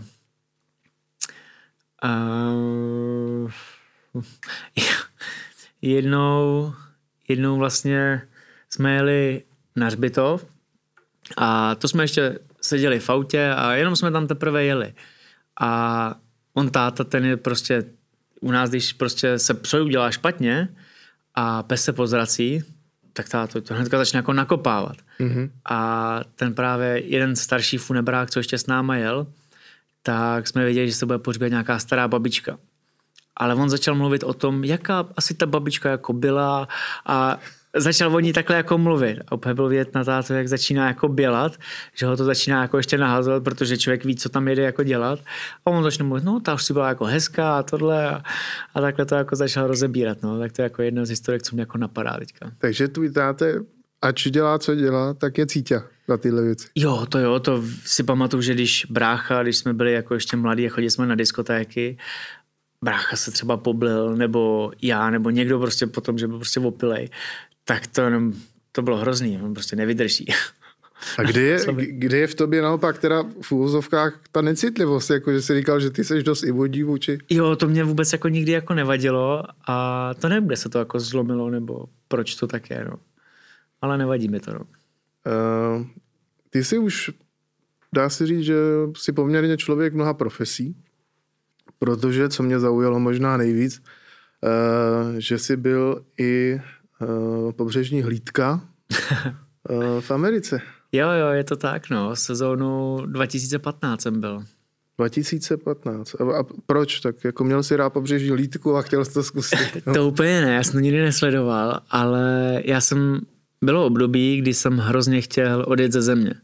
Jednou vlastně jsme jeli na hřbitov a to jsme ještě seděli v autě a jenom jsme tam teprve jeli. A on táta, ten je prostě u nás, když prostě se psovi udělá špatně a pes se pozrací, tak to hnedka začne jako nakopávat. Mm-hmm. A ten právě jeden starší funebrák, co ještě s náma jel, tak jsme věděli, že se bude pohřbít nějaká stará babička. Ale on začal mluvit o tom, jaká asi ta babička jako byla a začal o ní takhle jako mluvit. A úplně byl vidět na tátu, jak začíná jako bělat, že ho to začíná jako ještě nahazovat, protože člověk ví, co tam jede jako dělat. A on začne mluvit, no ta už si byla jako hezká a tohle a takhle to jako začal rozebírat. No. Tak to je jako jedna z historiek, co mě jako napadá teďka. Takže tvůj táte, ač dělá, co dělá, tak je cítě na tyhle věci. Jo, to si pamatuju, že když jsme byli jako ještě mladí a chodili jsme na diskotéky, brácha se třeba poblil, nebo já, nebo někdo prostě potom, že byl prostě opilej, tak to bylo hrozný, on prostě nevydrží. A kde je v tobě naopak teda v úvozovkách ta necitlivost, jako že jsi říkal, že ty seš dost i vodí vůči? Jo, to mě vůbec jako nikdy jako nevadilo a to nebude se to jako zlomilo, nebo proč to tak je, no. Ale nevadí mi to, no. Ty jsi už, dá se říct, že jsi poměrně člověk mnoha profesí, protože, co mě zaujalo možná nejvíc, že jsi byl i pobřežní hlídka v Americe. Jo, je to tak, no. Sezónu 2015 jsem byl. 2015. A proč? Tak jako měl jsi rád pobřežní hlídku a chtěl jsi to zkusit. No. To úplně ne, já jsem to nikdy nesledoval, ale bylo období, kdy jsem hrozně chtěl odjet ze země.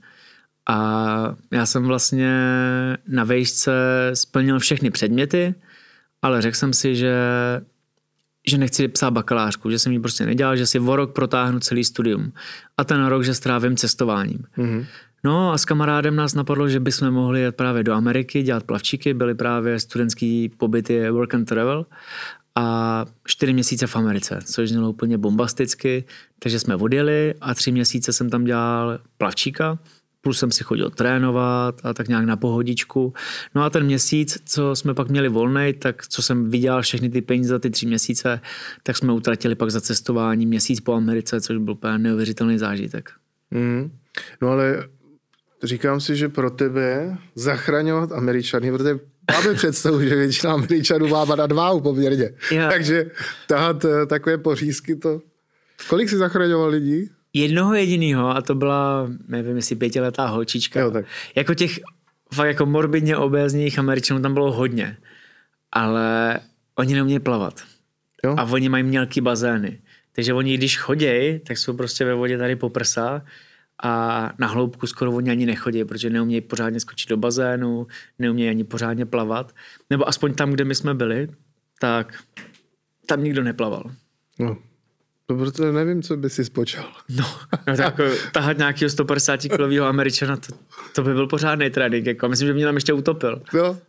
A já jsem vlastně na vejšce splnil všechny předměty, ale řekl jsem si, že nechci psát bakalářku, že jsem ji prostě nedělal, že si o rok protáhnu celý studium. A ten rok, že strávím cestováním. Mm-hmm. No a s kamarádem nás napadlo, že bychom mohli jet právě do Ameriky, dělat plavčíky, byly právě studentský pobyty work and travel a 4 měsíce v Americe, což znělo úplně bombasticky, takže jsme odjeli a 3 měsíce jsem tam dělal plavčíka, plus jsem si chodil trénovat a tak nějak na pohodičku. No a ten měsíc, co jsme pak měli volnej, tak co jsem vydělal všechny ty peníze za ty 3 měsíce, tak jsme utratili pak za cestování měsíc po Americe, což byl úplně neuvěřitelný zážitek. Mm. No ale říkám si, že pro tebe zachraňovat Američany, protože máme představu, že většina Američanů má nadváhu poměrně. Yeah. Takže tahat takové pořízky to... Kolik jsi zachraňoval lidí? Jednoho jedinýho a to byla, nevím, jestli 5letá holčička. Jo, tak. Jako těch fakt jako morbidně obézních Američanů tam bylo hodně, ale oni neumějí plavat. Jo? A oni mají mělký bazény. Takže oni, když chodějí, tak jsou prostě ve vodě tady po prsa a na hloubku skoro oni ani nechodí, protože neumějí pořádně skočit do bazénu, neumějí ani pořádně plavat. Nebo aspoň tam, kde my jsme byli, tak tam nikdo neplaval. No. No, protože nevím, co by si spočal. No tak jako tahat nějakého 150-kilového Američana, to by byl pořádný trénink. Jako, myslím, že mě tam ještě utopil. No,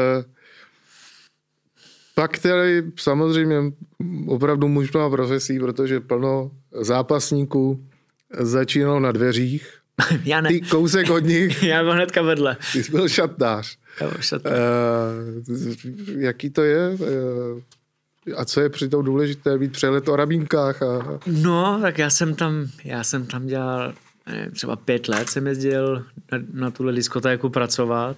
pak tady samozřejmě opravdu muž mnoha profesí, protože plno zápasníků začínalo na dveřích. Já ne. Ty kousek od nich. Já byl hnedka vedle. Ty jsi byl šatnář. Já byl šatnář. Jaký to je? A co je přitom důležité, být přehled o rabínkách? No, tak já jsem tam dělal, nevím, třeba 5 let jsem jezdil na tuhle diskotéku pracovat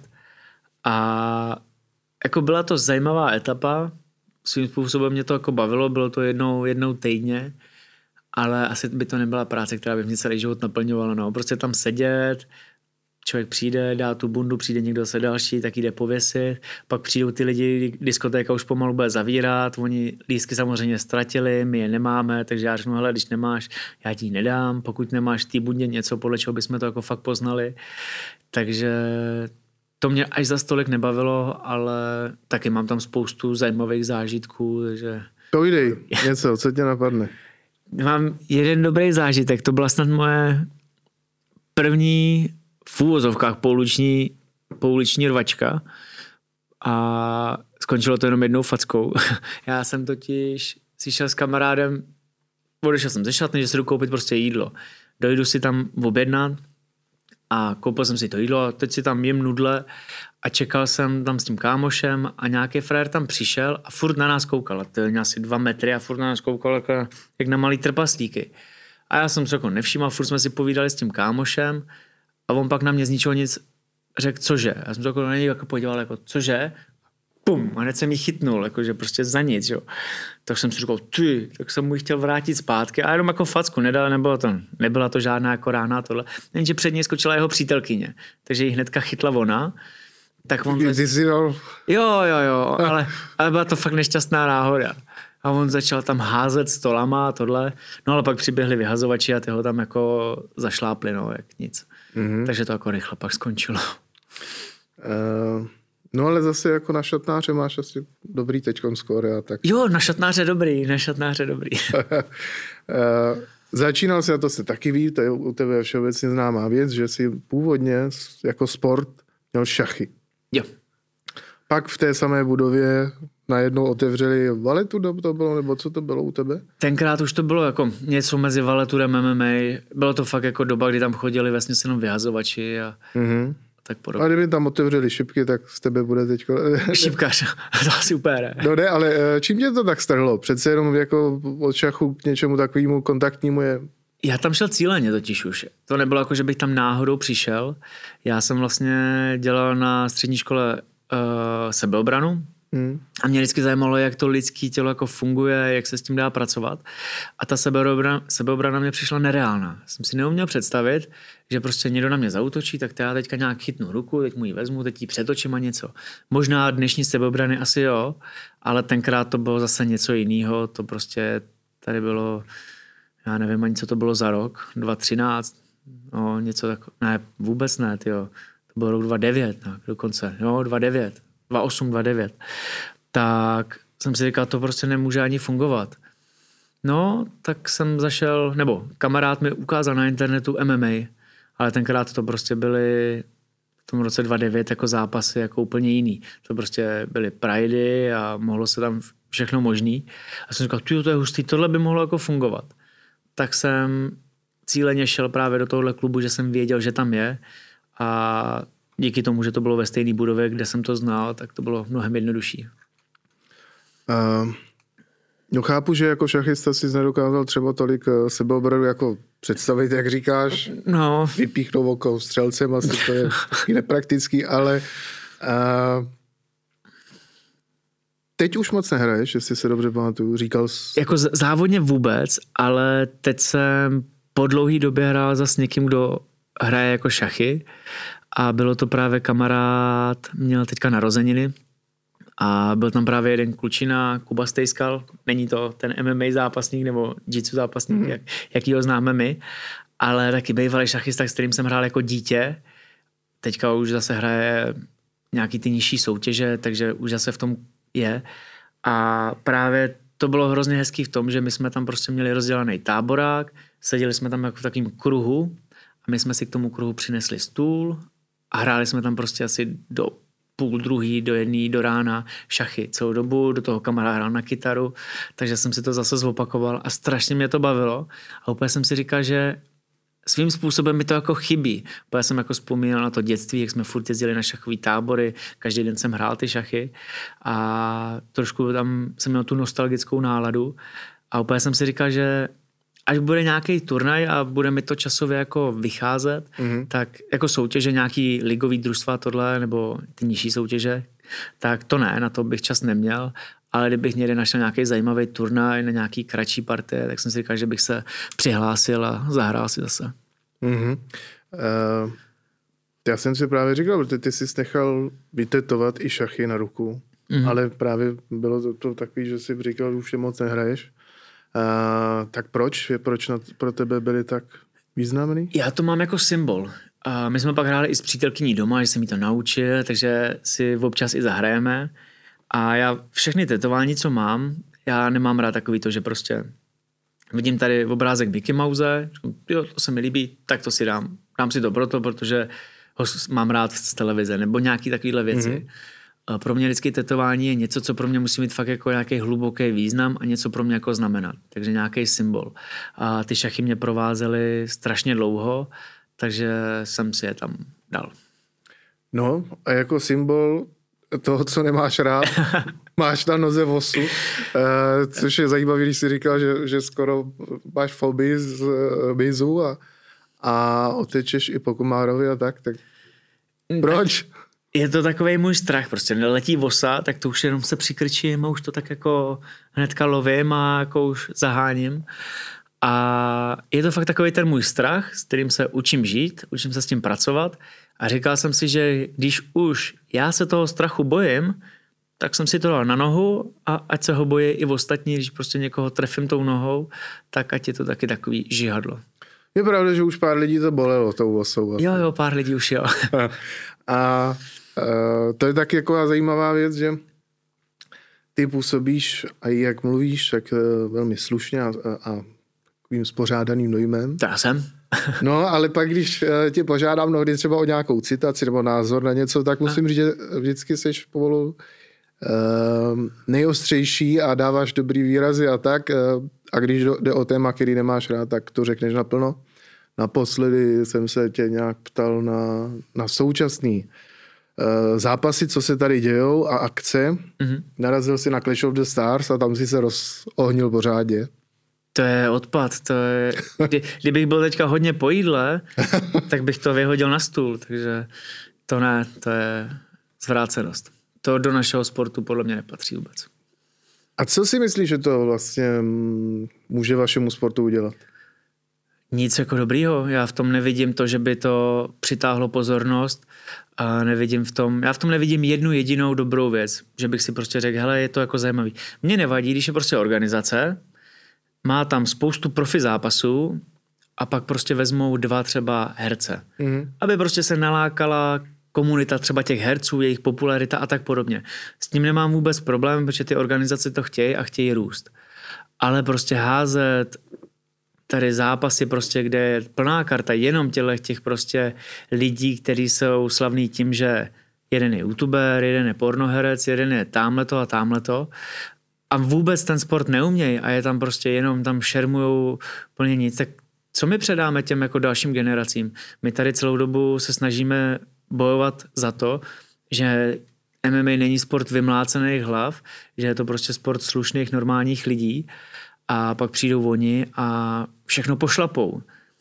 a jako byla to zajímavá etapa, svým způsobem mě to jako bavilo, bylo to jednou týdně, ale asi by to nebyla práce, která by mě celý život naplňovala, no, prostě tam sedět, člověk přijde, dá tu bundu, přijde někdo se další, tak jde pověsit, pak přijdou ty lidi, diskotéka už pomalu bude zavírat, oni lístky samozřejmě ztratili, my je nemáme, takže já řeknu, hele, když nemáš, já ti ji nedám, pokud nemáš v té bundě něco, podle čeho bychom to jako fakt poznali, takže to mě až za stolik nebavilo, ale taky mám tam spoustu zajímavých zážitků, takže... Povídej něco, co tě napadne? Mám jeden dobrý zážitek, to byla snad moje první v úvozovkách pouliční rvačka a skončilo to jenom jednou fackou. Já jsem totiž si šel s kamarádem, odešel jsem ze šatny, že si jdu koupit prostě jídlo. Dojdu si tam objednat a koupil jsem si to jídlo a teď si tam jim nudle a čekal jsem tam s tím kámošem a nějaký frajer tam přišel a furt na nás koukal. A to je asi 2 metry a furt na nás koukal jak na malý trpaslíky. A já jsem se jako nevšímal, furt jsme si povídali s tím kámošem a on pak na mě z ničeho nic řekl, cože. Já jsem se jako na něj jako podíval, jako cože. Pum, a hned jsem ji chytnul, jakože prostě za nic, jo. Tak jsem si říkal, tak jsem mu chtěl vrátit zpátky a jenom jako facku, nebyla to žádná jako rána tohle. Jenže před ní skočila jeho přítelkyně, takže ji hnedka chytla ona. Tak on Jo, ale byla to fakt nešťastná náhoda. A on začal tam házet stolama a tohle. No ale pak přiběhli vyhazovači a ty ho tam jako zašlápli, no, jak nic. Mm-hmm. Takže to jako rychle pak skončilo. No ale zase jako na šatnáře máš asi dobrý teďkon skóre a tak. Jo, na šatnáře dobrý. Začínal jsi, a to se taky ví, to je u tebe všeobecně známá věc, že jsi původně jako sport měl šachy. Jo. Pak v té samé budově najednou otevřeli valetu, to bylo, nebo co to bylo u tebe? Tenkrát už to bylo jako něco mezi valeturem MMA. Bylo to fakt jako doba, kdy tam chodili vlastně jenom vyhazovači a tak podobně. A kdyby tam otevřeli šipky, tak z tebe bude teďko... Šipkař, to asi úplně. No ne, ale čím tě to tak strhlo? Přece jenom jako od šachu k něčemu takovému kontaktnímu je Já tam šel cíleně totiž už. To nebylo jako, že bych tam náhodou přišel. Já jsem vlastně dělal na střední škole sebeobranu a mě vždycky zajímalo, jak to lidské tělo jako funguje, jak se s tím dá pracovat. A ta sebeobrana mě přišla nereálná. Jsem si neuměl představit, že prostě někdo na mě zaútočí, tak já teďka nějak chytnu ruku, teď mu ji vezmu, teď ji přetočím a něco. Možná dnešní sebeobrany asi jo, ale tenkrát to bylo zase něco jiného. To prostě tady bylo, já nevím ani, co to bylo za rok, 2013, no něco tak, ne, vůbec ne, tyjo. To byl rok 2009, no, dokonce, jo, 2009, 2008, 2009. Tak jsem si říkal, to prostě nemůže ani fungovat. No, tak jsem zašel, nebo kamarád mi ukázal na internetu MMA, ale tenkrát to prostě byly v tom roce 2009 jako zápasy jako úplně jiný. To prostě byly pridey a mohlo se tam všechno možný. A jsem říkal, to je hustý, tohle by mohlo jako fungovat. Tak jsem cíleně šel právě do tohohle klubu, že jsem věděl, že tam je a díky tomu, že to bylo ve stejné budově, kde jsem to znal, tak to bylo mnohem jednodušší. No chápu, že jako šachista si nedokázal třeba tolik sebeobranu jako představit, jak říkáš, no. Vypíchnout oko střelcem, asi to je nepraktický, ale teď už moc nehraješ, jestli se dobře pamatuju, říkal jsi... Jako závodně vůbec, ale teď jsem po dlouhý době hrál zase někým, kdo hraje jako šachy a bylo to právě kamarád, měl teďka narozeniny a byl tam právě jeden klučina, Kuba Stejskal, není to ten MMA zápasník nebo jiu-jitsu zápasník, jaký ho známe my, ale taky bývalý šachista, s kterým jsem hrál jako dítě, teďka už zase hraje nějaký ty nižší soutěže, takže už zase v tom je a právě to bylo hrozně hezký v tom, že my jsme tam prostě měli rozdělený táborák, seděli jsme tam jako v takovém kruhu a my jsme si k tomu kruhu přinesli stůl a hráli jsme tam prostě asi do 12:30, do 1:00, do rána šachy celou dobu, do toho kamarád hrál na kytaru, takže jsem si to zase zopakoval a strašně mě to bavilo a úplně jsem si říkal, že svým způsobem mi to jako chybí. Protože jsem jako vzpomínal na to dětství, jak jsme furt jezdili na šachový tábory, každý den jsem hrál ty šachy a trošku tam jsem měl tu nostalgickou náladu a úplně jsem si říkal, že až bude nějaký turnaj a bude mi to časově jako vycházet, tak jako soutěže, nějaký ligový družstva tohle, nebo ty nižší soutěže, tak to ne, na to bych čas neměl, ale kdybych někde našel nějaký zajímavý turnaj na nějaký kratší partie, tak jsem si říkal, že bych se přihlásil a zahrál si zase. Já jsem si právě říkal, že ty jsi nechal vytetovat i šachy na ruku, ale právě bylo to takový, že jsi říkal, že už je moc nehraješ. Tak proč pro tebe byly tak významný? Já to mám jako symbol. My jsme pak hráli i s přítelkyní doma, že jsem jí to naučil, takže si občas i zahrajeme. A já všechny tetování, co mám, já nemám rád takový to, že prostě vidím tady obrázek Mickey Mouse, jo, to se mi líbí, tak to si dám. Dám si to protože ho mám rád z televize, nebo nějaký takovýhle věci. Pro mě vždycky tetování je něco, co pro mě musí mít fakt jako nějaký hluboký význam a něco pro mě jako znamenat. Takže nějaký symbol. A ty šachy mě provázely strašně dlouho, takže jsem si je tam dal. No a jako symbol toho, co nemáš rád, máš na noze vosu, což je zajímavé, když jsi říkal, že skoro máš fobii z bizu a otečeš i po komárovi a tak proč? Je to takovej můj strach, prostě neletí vosa, tak to už jenom se přikrčím a už to tak jako hnedka lovím a jako už zaháním. A je to fakt takový ten můj strach, s kterým se učím žít, učím se s tím pracovat a říkal jsem si, že když už já se toho strachu bojím, tak jsem si to dal na nohu a ať se ho bojí i ostatní, když prostě někoho trefím tou nohou, tak ať je to taky takový žihadlo. Je pravda, že už pár lidí to bolelo tou vosou. Vlastně. Jo, pár lidí už jo. A to je taky jako zajímavá věc, že ty působíš a jak mluvíš, tak velmi slušně a takovým spořádaným dojmem. To já jsem. No, ale pak, když tě požádám mnohdy třeba o nějakou citaci nebo názor na něco, tak musím říct, že vždycky seš pomalu nejostřejší a dáváš dobrý výrazy a tak. A když jde o téma, který nemáš rád, tak to řekneš naplno. Naposledy jsem se tě nějak ptal na současný zápasy, co se tady dějou a akce. Narazil si na Clash of the Stars a tam si se rozohnil pořádně. To je odpad. Kdybych byl teďka hodně po jídle, tak bych to vyhodil na stůl. Takže to ne, to je zvrácenost. To do našeho sportu podle mě nepatří vůbec. A co si myslíš, že to vlastně může vašemu sportu udělat? Nic jako dobrýho. Já v tom nevidím to, že by to přitáhlo pozornost a já v tom nevidím jednu jedinou dobrou věc, že bych si prostě řekl, hele, je to jako zajímavý. Mně nevadí, když je prostě organizace, má tam spoustu profi zápasů a pak prostě vezmou 2 třeba herce. Aby prostě se nalákala komunita třeba těch herců, jejich popularita a tak podobně. S tím nemám vůbec problém, protože ty organizace to chtějí a chtějí růst. Ale prostě házet tady zápasy prostě, kde je plná karta jenom těch prostě lidí, kteří jsou slavní tím, že jeden je youtuber, jeden je pornoherec, jeden je támhleto a támhleto a vůbec ten sport neumějí a je tam prostě jenom tam šermujou plně nic, tak co my předáme těm jako dalším generacím? My tady celou dobu se snažíme bojovat za to, že MMA není sport vymlácených hlav, že je to prostě sport slušných, normálních lidí a pak přijdou oni a všechno pošlapou.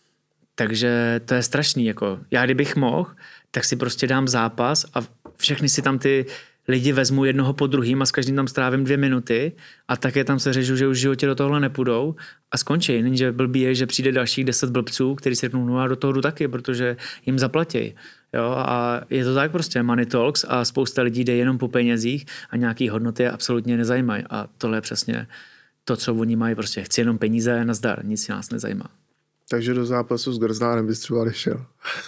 Takže to je strašný. Jako. Já kdybych mohl, tak si prostě dám zápas a všechny si tam ty lidi vezmu jednoho po druhým a s každým tam strávím 2 minuty a také tam se řežu, že už v životě do tohle nepůjdou a skončí. Není, že blbý je, že přijde dalších 10 blbců, kteří si řeknou, no a do toho jdu taky, protože jim zaplatí. Jo, a je to tak prostě money talks a spousta lidí jde jenom po penězích a nějaký hodnoty absolutně nezajímají. A tohle je přesně to, co oni mají. Prostě chci jenom peníze, nazdar, nic si nás nezajímá. Takže do zápasu s Grznánem bys třeba nešel.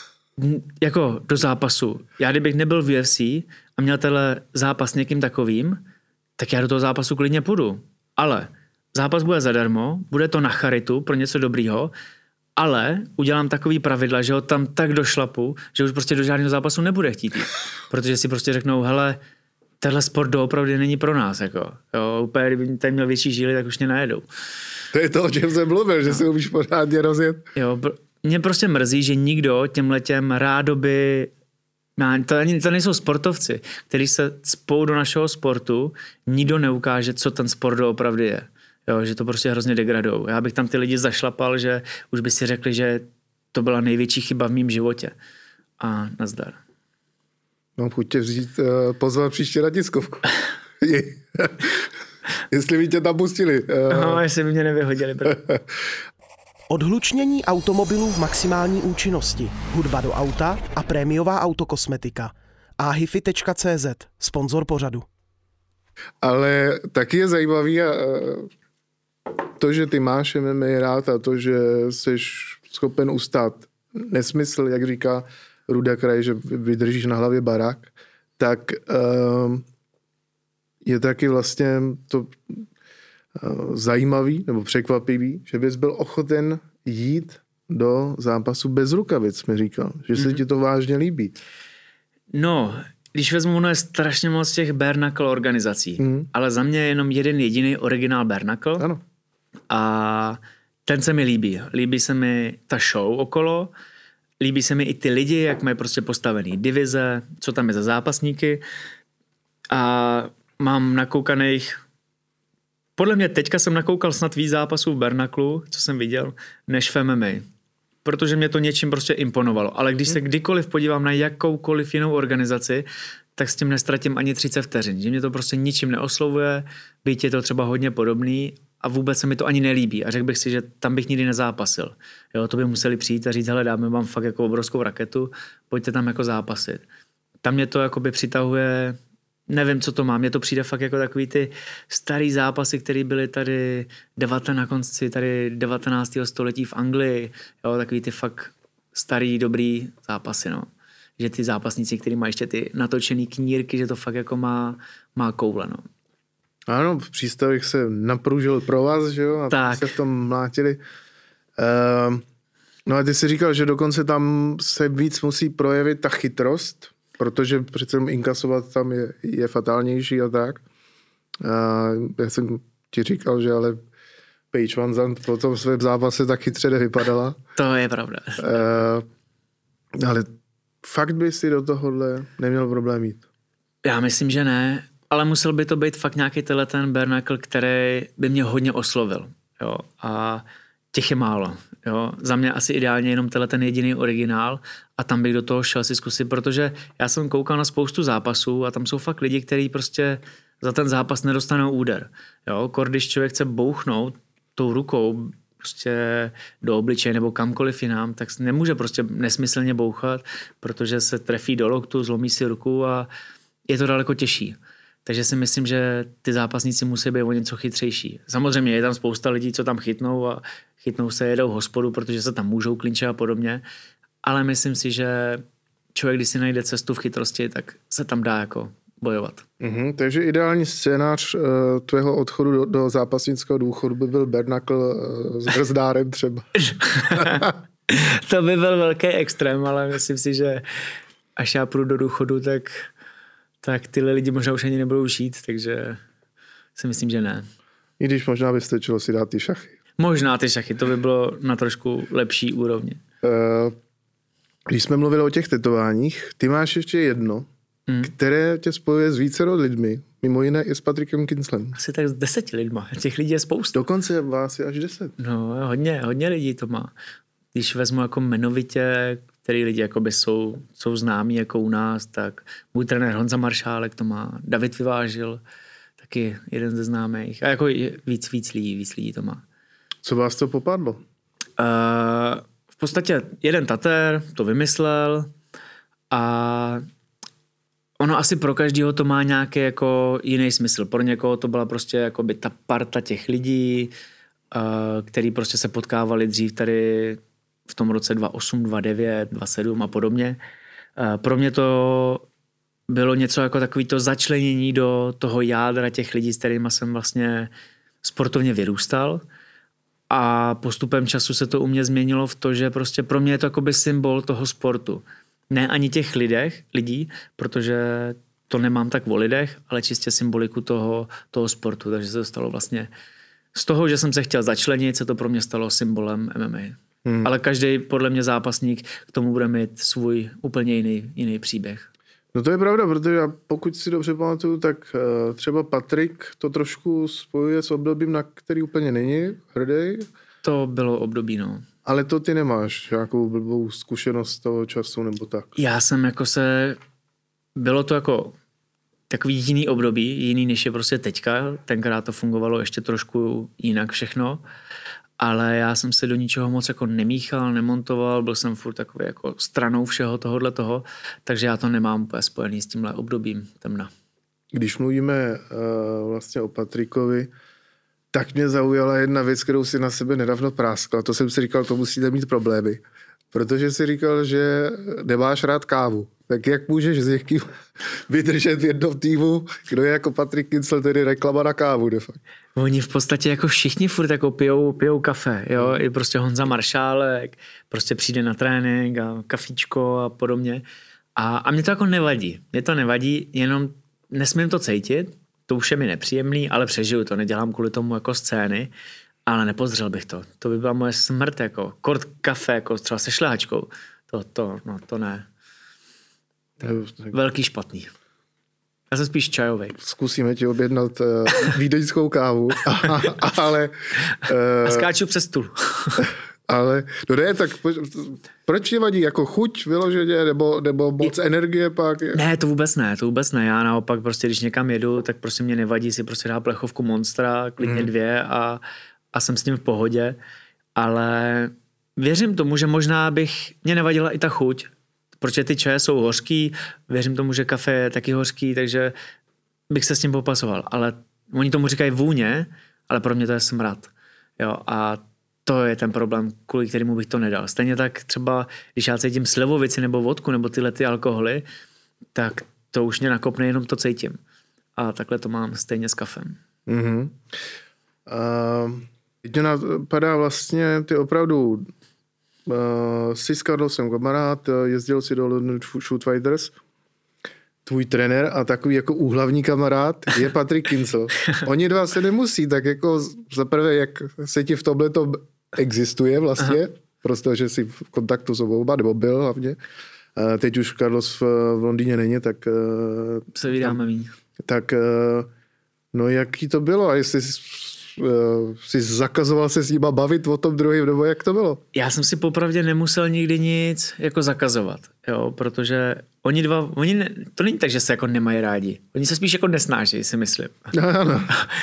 Jako do zápasu. Já kdybych nebyl v UFC a měl tenhle zápas s někým takovým, tak já do toho zápasu klidně půjdu. Ale zápas bude zadarmo, bude to na charitu pro něco dobrýho, ale udělám takový pravidla, že ho tam tak došlapu, že už prostě do žádného zápasu nebude chtít jít. Protože si prostě řeknou, hele, tenhle sport doopravdy není pro nás. Jako. Jo, úplně, kdyby tady měl větší žíly, tak už mě najedou. To je to, o čem jsem mluvil, že si umíš pořádně rozjet. Jo, mě prostě mrzí, že nikdo těmhletěm rádoby, to nejsou sportovci, kteří se spou do našeho sportu, nikdo neukáže, co ten sport doopravdy je. Jo, že to prostě hrozně degradou. Já bych tam ty lidi zašlapal, že už by si řekli, že to byla největší chyba v mém životě. A nazdar. Mám chuť tě pozvat příště na tiskovku. Jestli by tě tam pustili. No, jestli by mě nevyhodili. Odhlučnění automobilů v maximální účinnosti, hudba do auta a prémiová autokosmetika. ahifi.cz, sponzor pořadu. Ale taky je zajímavý to, že ty máš MMA rád a to, že jsi schopen ustát nesmysl, jak říká Ruda Kraj, že vydržíš na hlavě barák, tak je taky vlastně to zajímavý nebo překvapivý, že bys byl ochoten jít do zápasu bez rukavic, mi říkal. Že se ti to vážně líbí. No, když vezmu, ono je strašně moc těch bare knuckle organizací, ale za mě je jenom jeden jediný originál bare knuckle. Ano. A ten se mi líbí. Líbí se mi ta show okolo, líbí se mi i ty lidi, jak mají prostě postavený divize, co tam je za zápasníky a mám nakoukaných, podle mě teďka jsem nakoukal snad víc zápasů v bare knucklu, co jsem viděl, než v MMA. Protože mě to něčím prostě imponovalo. Ale když se kdykoliv podívám na jakoukoliv jinou organizaci, tak s tím nestratím ani 30 vteřin. Že mě to prostě ničím neoslovuje, byť je to třeba hodně podobný a vůbec se mi to ani nelíbí. A řekl bych si, že tam bych nikdy nezápasil. Jo, to by museli přijít a říct, hele, dáme vám fakt jako obrovskou raketu, pojďte tam jako zápasit. Tam mě to jakoby přitahuje, nevím, co to má, mně to přijde fakt jako takový ty starý zápasy, které byly tady na konci tady 19. století v Anglii, jo, takový ty fakt starý, dobrý zápasy, no. Že ty zápasníci, kteří mají ještě ty natočený knírky, že to fakt jako má koule, no. Ano, v přístavech se napružil provaz, že jo, a tak se v tom mlátili. No a ty jsi říkal, že dokonce tam se víc musí projevit ta chytrost, protože přece inkasovat tam je fatálnější a tak. Já jsem ti říkal, že ale Paige Van Zandt po tom svém zápase tak chytře nevypadala. To je pravda. Ale fakt by si do tohohle neměl problém jít. Já myslím, že ne, ale musel by to být fakt nějaký ten bare knuckle, který by mě hodně oslovil. Jo? A těch je málo. Jo? Za mě asi ideálně jenom ten jediný originál a tam bych do toho šel si zkusit, protože já jsem koukal na spoustu zápasů a tam jsou fakt lidi, kteří prostě za ten zápas nedostanou úder. Jo? Když člověk chce bouchnout tou rukou prostě do obličeje nebo kamkoliv jinam, tak nemůže prostě nesmyslně bouchat, protože se trefí do loktu, zlomí si ruku a je to daleko těžší. Takže si myslím, že ty zápasníci musí být o něco chytřejší. Samozřejmě je tam spousta lidí, co tam chytnou a chytnou se, jedou hospodu, protože se tam můžou klinčet a podobně, ale myslím si, že člověk, když si najde cestu v chytrosti, tak se tam dá jako bojovat. Takže ideální scénář tvého odchodu do zápasnického důchodu by byl Bernakl s brzdárem třeba. To by byl velký extrém, ale myslím si, že až já půjdu do důchodu, tak tyhle lidi možná už ani nebudou žít, takže si myslím, že ne. I když možná by stačilo si dát ty šachy. Možná ty šachy, to by bylo na trošku lepší úrovni. Když jsme mluvili o těch tetováních, ty máš ještě jedno, které tě spojuje s vícero lidmi, mimo jiné i s Patrickem Kinslem. Asi tak s 10 lidma, těch lidí je spousta. Dokonce vás je až 10. No, hodně lidí to má. Když vezmu jako jmenovitě, který lidi jakoby jsou známí jako u nás, tak můj trenér Honza Maršálek to má, David Vyvážil, taky jeden ze známých. A jako víc lidí to má. Co vás to popadlo? V podstatě jeden tatér to vymyslel a ono asi pro každého to má nějaký jako jiný smysl. Pro někoho to byla prostě jakoby ta parta těch lidí, který prostě se potkávali dřív tady v tom roce 2008, 2009, 2007 a podobně. Pro mě to bylo něco jako takový to začlenění do toho jádra těch lidí, s kterými jsem vlastně sportovně vyrůstal. A postupem času se to u mě změnilo v to, že prostě pro mě je to jakoby symbol toho sportu. Ne ani těch lidí, protože to nemám tak o lidech, ale čistě symboliku toho sportu. Takže se to stalo vlastně z toho, že jsem se chtěl začlenit, se to pro mě stalo symbolem MMA. Ale každý podle mě zápasník k tomu bude mít svůj úplně jiný příběh. No to je pravda, protože pokud si dobře pamatuju, tak třeba Patrik to trošku spojuje s obdobím, na který úplně není hrdý. To bylo období, no. Ale to ty nemáš nějakou blbou zkušenost toho času nebo tak? Já jsem bylo to jako takový jiný období, jiný než je prostě teďka. Tenkrát to fungovalo ještě trošku jinak všechno. Ale já jsem se do ničeho moc jako nemíchal, nemontoval, byl jsem furt takový jako stranou všeho tohoto, takže já to nemám úplně spojený s tímhle obdobím temna. Když mluvíme vlastně o Patrikovi, tak mě zaujala jedna věc, kterou si na sebe nedávno práskla. To jsem si říkal, to musíte mít problémy. Protože si říkal, že nemáš rád kávu. Tak jak můžeš s někým vydržet v jednom týmu, kdo je jako Patrik Kincl, tedy reklama na kávu de facto? Oni v podstatě jako všichni furt jako pijou kafe, jo, i prostě Honza Maršálek, prostě přijde na trénink a kafíčko a podobně. A mě to jako nevadí. Mě to nevadí, jenom nesmím to cítit, to už je mi nepříjemný, ale přežiju to, nedělám kvůli tomu jako scény, ale nepozdřel bych to. To by byla moje smrt, jako kort kafe, jako třeba se šlehačkou. To ne. Velký špatný. Já jsem spíš čajovej. Zkusíme ti objednat vídeňskou kávu, ale... A skáču přes stůl. Ale, no ne, tak proč ti vadí? Jako chuť vyloženě, nebo moc energie pak? Ne, to vůbec ne. Já naopak prostě, když někam jedu, tak prostě mě nevadí si prostě dát plechovku Monstra, klidně 2 a jsem s tím v pohodě. Ale věřím tomu, že možná mě nevadila i ta chuť, protože ty čaje jsou hořký, věřím tomu, že kafe je taky hořký, takže bych se s tím popasoval. Ale oni tomu říkají vůně, ale pro mě to je smrad. Jo, a to je ten problém, kvůli kterému bych to nedal. Stejně tak třeba, když já cítím slivovici nebo vodku nebo tyhle ty alkoholy, tak to už mě nakopne, jenom to cítím. A takhle to mám stejně s kafem. Mm-hmm. Teď mě napadá vlastně, ty opravdu jsi s Carlosem kamarád, jezdil si do London Shoot Fighters, tvůj trenér a takový jako úhlavní kamarád je Patrik Kincl. Oni dva se nemusí, tak jako zaprvé, jak se ti v tomhletom existuje vlastně, protože jsi v kontaktu s obouba, nebo byl hlavně. Teď už Carlos v Londýně není, tak... Se vydáme míň. Tak, no jaký to bylo? A jestli si zakazoval se s nima bavit o tom druhým, nebo jak to bylo? Já jsem si popravdě nemusel nikdy nic jako zakazovat, jo, protože to není tak, že se jako nemají rádi. Oni se spíš jako nesnáší, si myslím. Ano.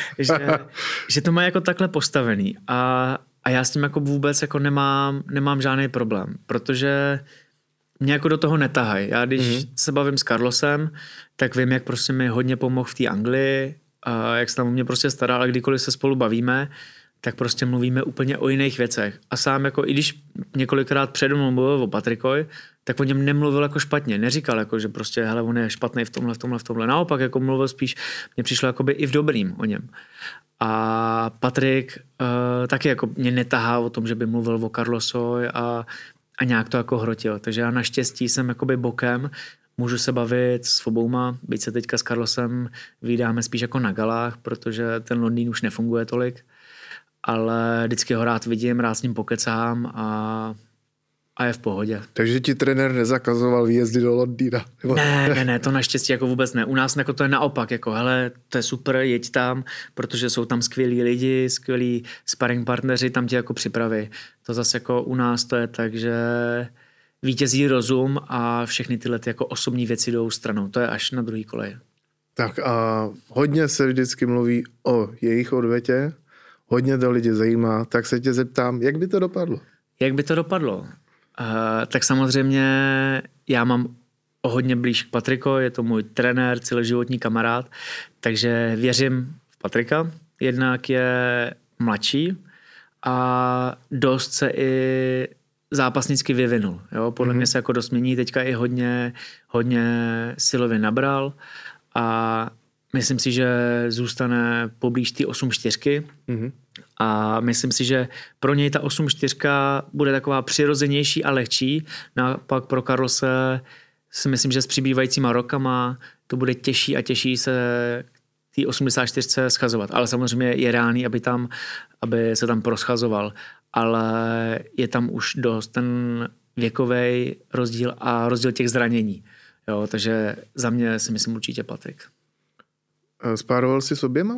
že to mají jako takhle postavený a já s tím jako vůbec jako nemám žádný problém, protože mě jako do toho netahají. Já když se bavím s Carlosem, tak vím, jak prostě mi hodně pomohl v té Anglii, a jak se tam o mě prostě staral, ale kdykoliv se spolu bavíme, tak prostě mluvíme úplně o jiných věcech. A sám jako, i když několikrát přede mnou mluvil o Patrikovi, tak o něm nemluvil jako špatně. Neříkal jako, že prostě hele, on je špatný v tomhle. Naopak jako mluvil spíš, mně přišlo jakoby i v dobrým o něm. A Patrik taky jako mě netahá o tom, že by mluvil o Carlosovi a nějak to jako hrotil. Takže já naštěstí jsem jakoby bokem, můžu se bavit s obouma, byť se teďka s Carlosem vídáme spíš jako na galách, protože ten Londýn už nefunguje tolik, ale vždycky ho rád vidím, rád s ním pokecám a je v pohodě. Takže ti trenér nezakazoval výjezdy do Londýna? Ne, to naštěstí jako vůbec ne. U nás jako to je naopak, jako hele, to je super, jeď tam, protože jsou tam skvělí lidi, skvělí sparring partneři, tam tě jako připraví. To zase jako u nás to je tak, že vítězí rozum a všechny tyhle jako osobní věci jdou stranou. To je až na druhý koleji. Tak a hodně se vždycky mluví o jejich odvetě, hodně to lidi zajímá, tak se tě zeptám, jak by to dopadlo? Jak by to dopadlo? Tak samozřejmě já mám o hodně blíž k Patrikovi, je to můj trenér, celoživotní kamarád, takže věřím v Patrika. Jednak je mladší a dost se i zápasnicky vyvinul. Jo? Podle mě se jako dost mění, teďka i hodně silově nabral a myslím si, že zůstane poblíž té 8-4. A myslím si, že pro něj ta 8-4 bude taková přirozenější a lehčí. Naopak pro Carlose si myslím, že s přibývajícíma rokama to bude těžší a těžší se té 84 schazovat. Ale samozřejmě je reálný, aby se tam proschazoval. Ale je tam už dost ten věkový rozdíl a rozdíl těch zranění. Jo, takže za mě si myslím určitě Patrik. Spároval jsi s oběma?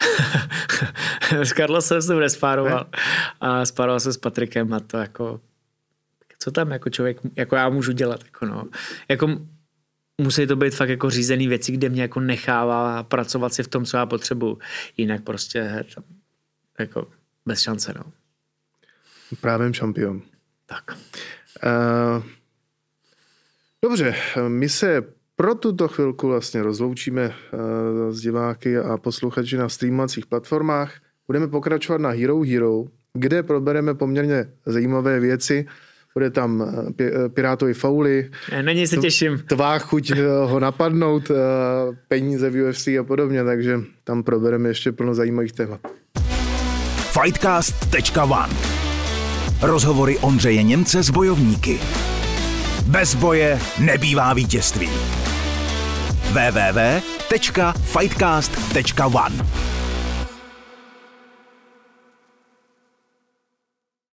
S Carlosem jsem nespároval. A spároval jsem s Patrikem a to jako co tam jako člověk, jako já můžu dělat, jako no. Jako musí to být fakt jako řízený věci, kde mě jako nechává pracovat si v tom, co já potřebuji. Jinak prostě tam, jako bez šance, no. Právem šampion. Tak. Dobře, my se pro tuto chvilku vlastně rozloučíme s diváky a posluchači na streamovacích platformách. Budeme pokračovat na Hero Hero, kde probereme poměrně zajímavé věci. Bude tam Pirátovi fauly. Na něj se těším. Tvá chuť ho napadnout, peníze v UFC a podobně, takže tam probereme ještě plno zajímavých témat. Fightcast.one. Rozhovory Ondřeje Němce s bojovníky. Bez boje nebývá vítězství. www.fightcast.one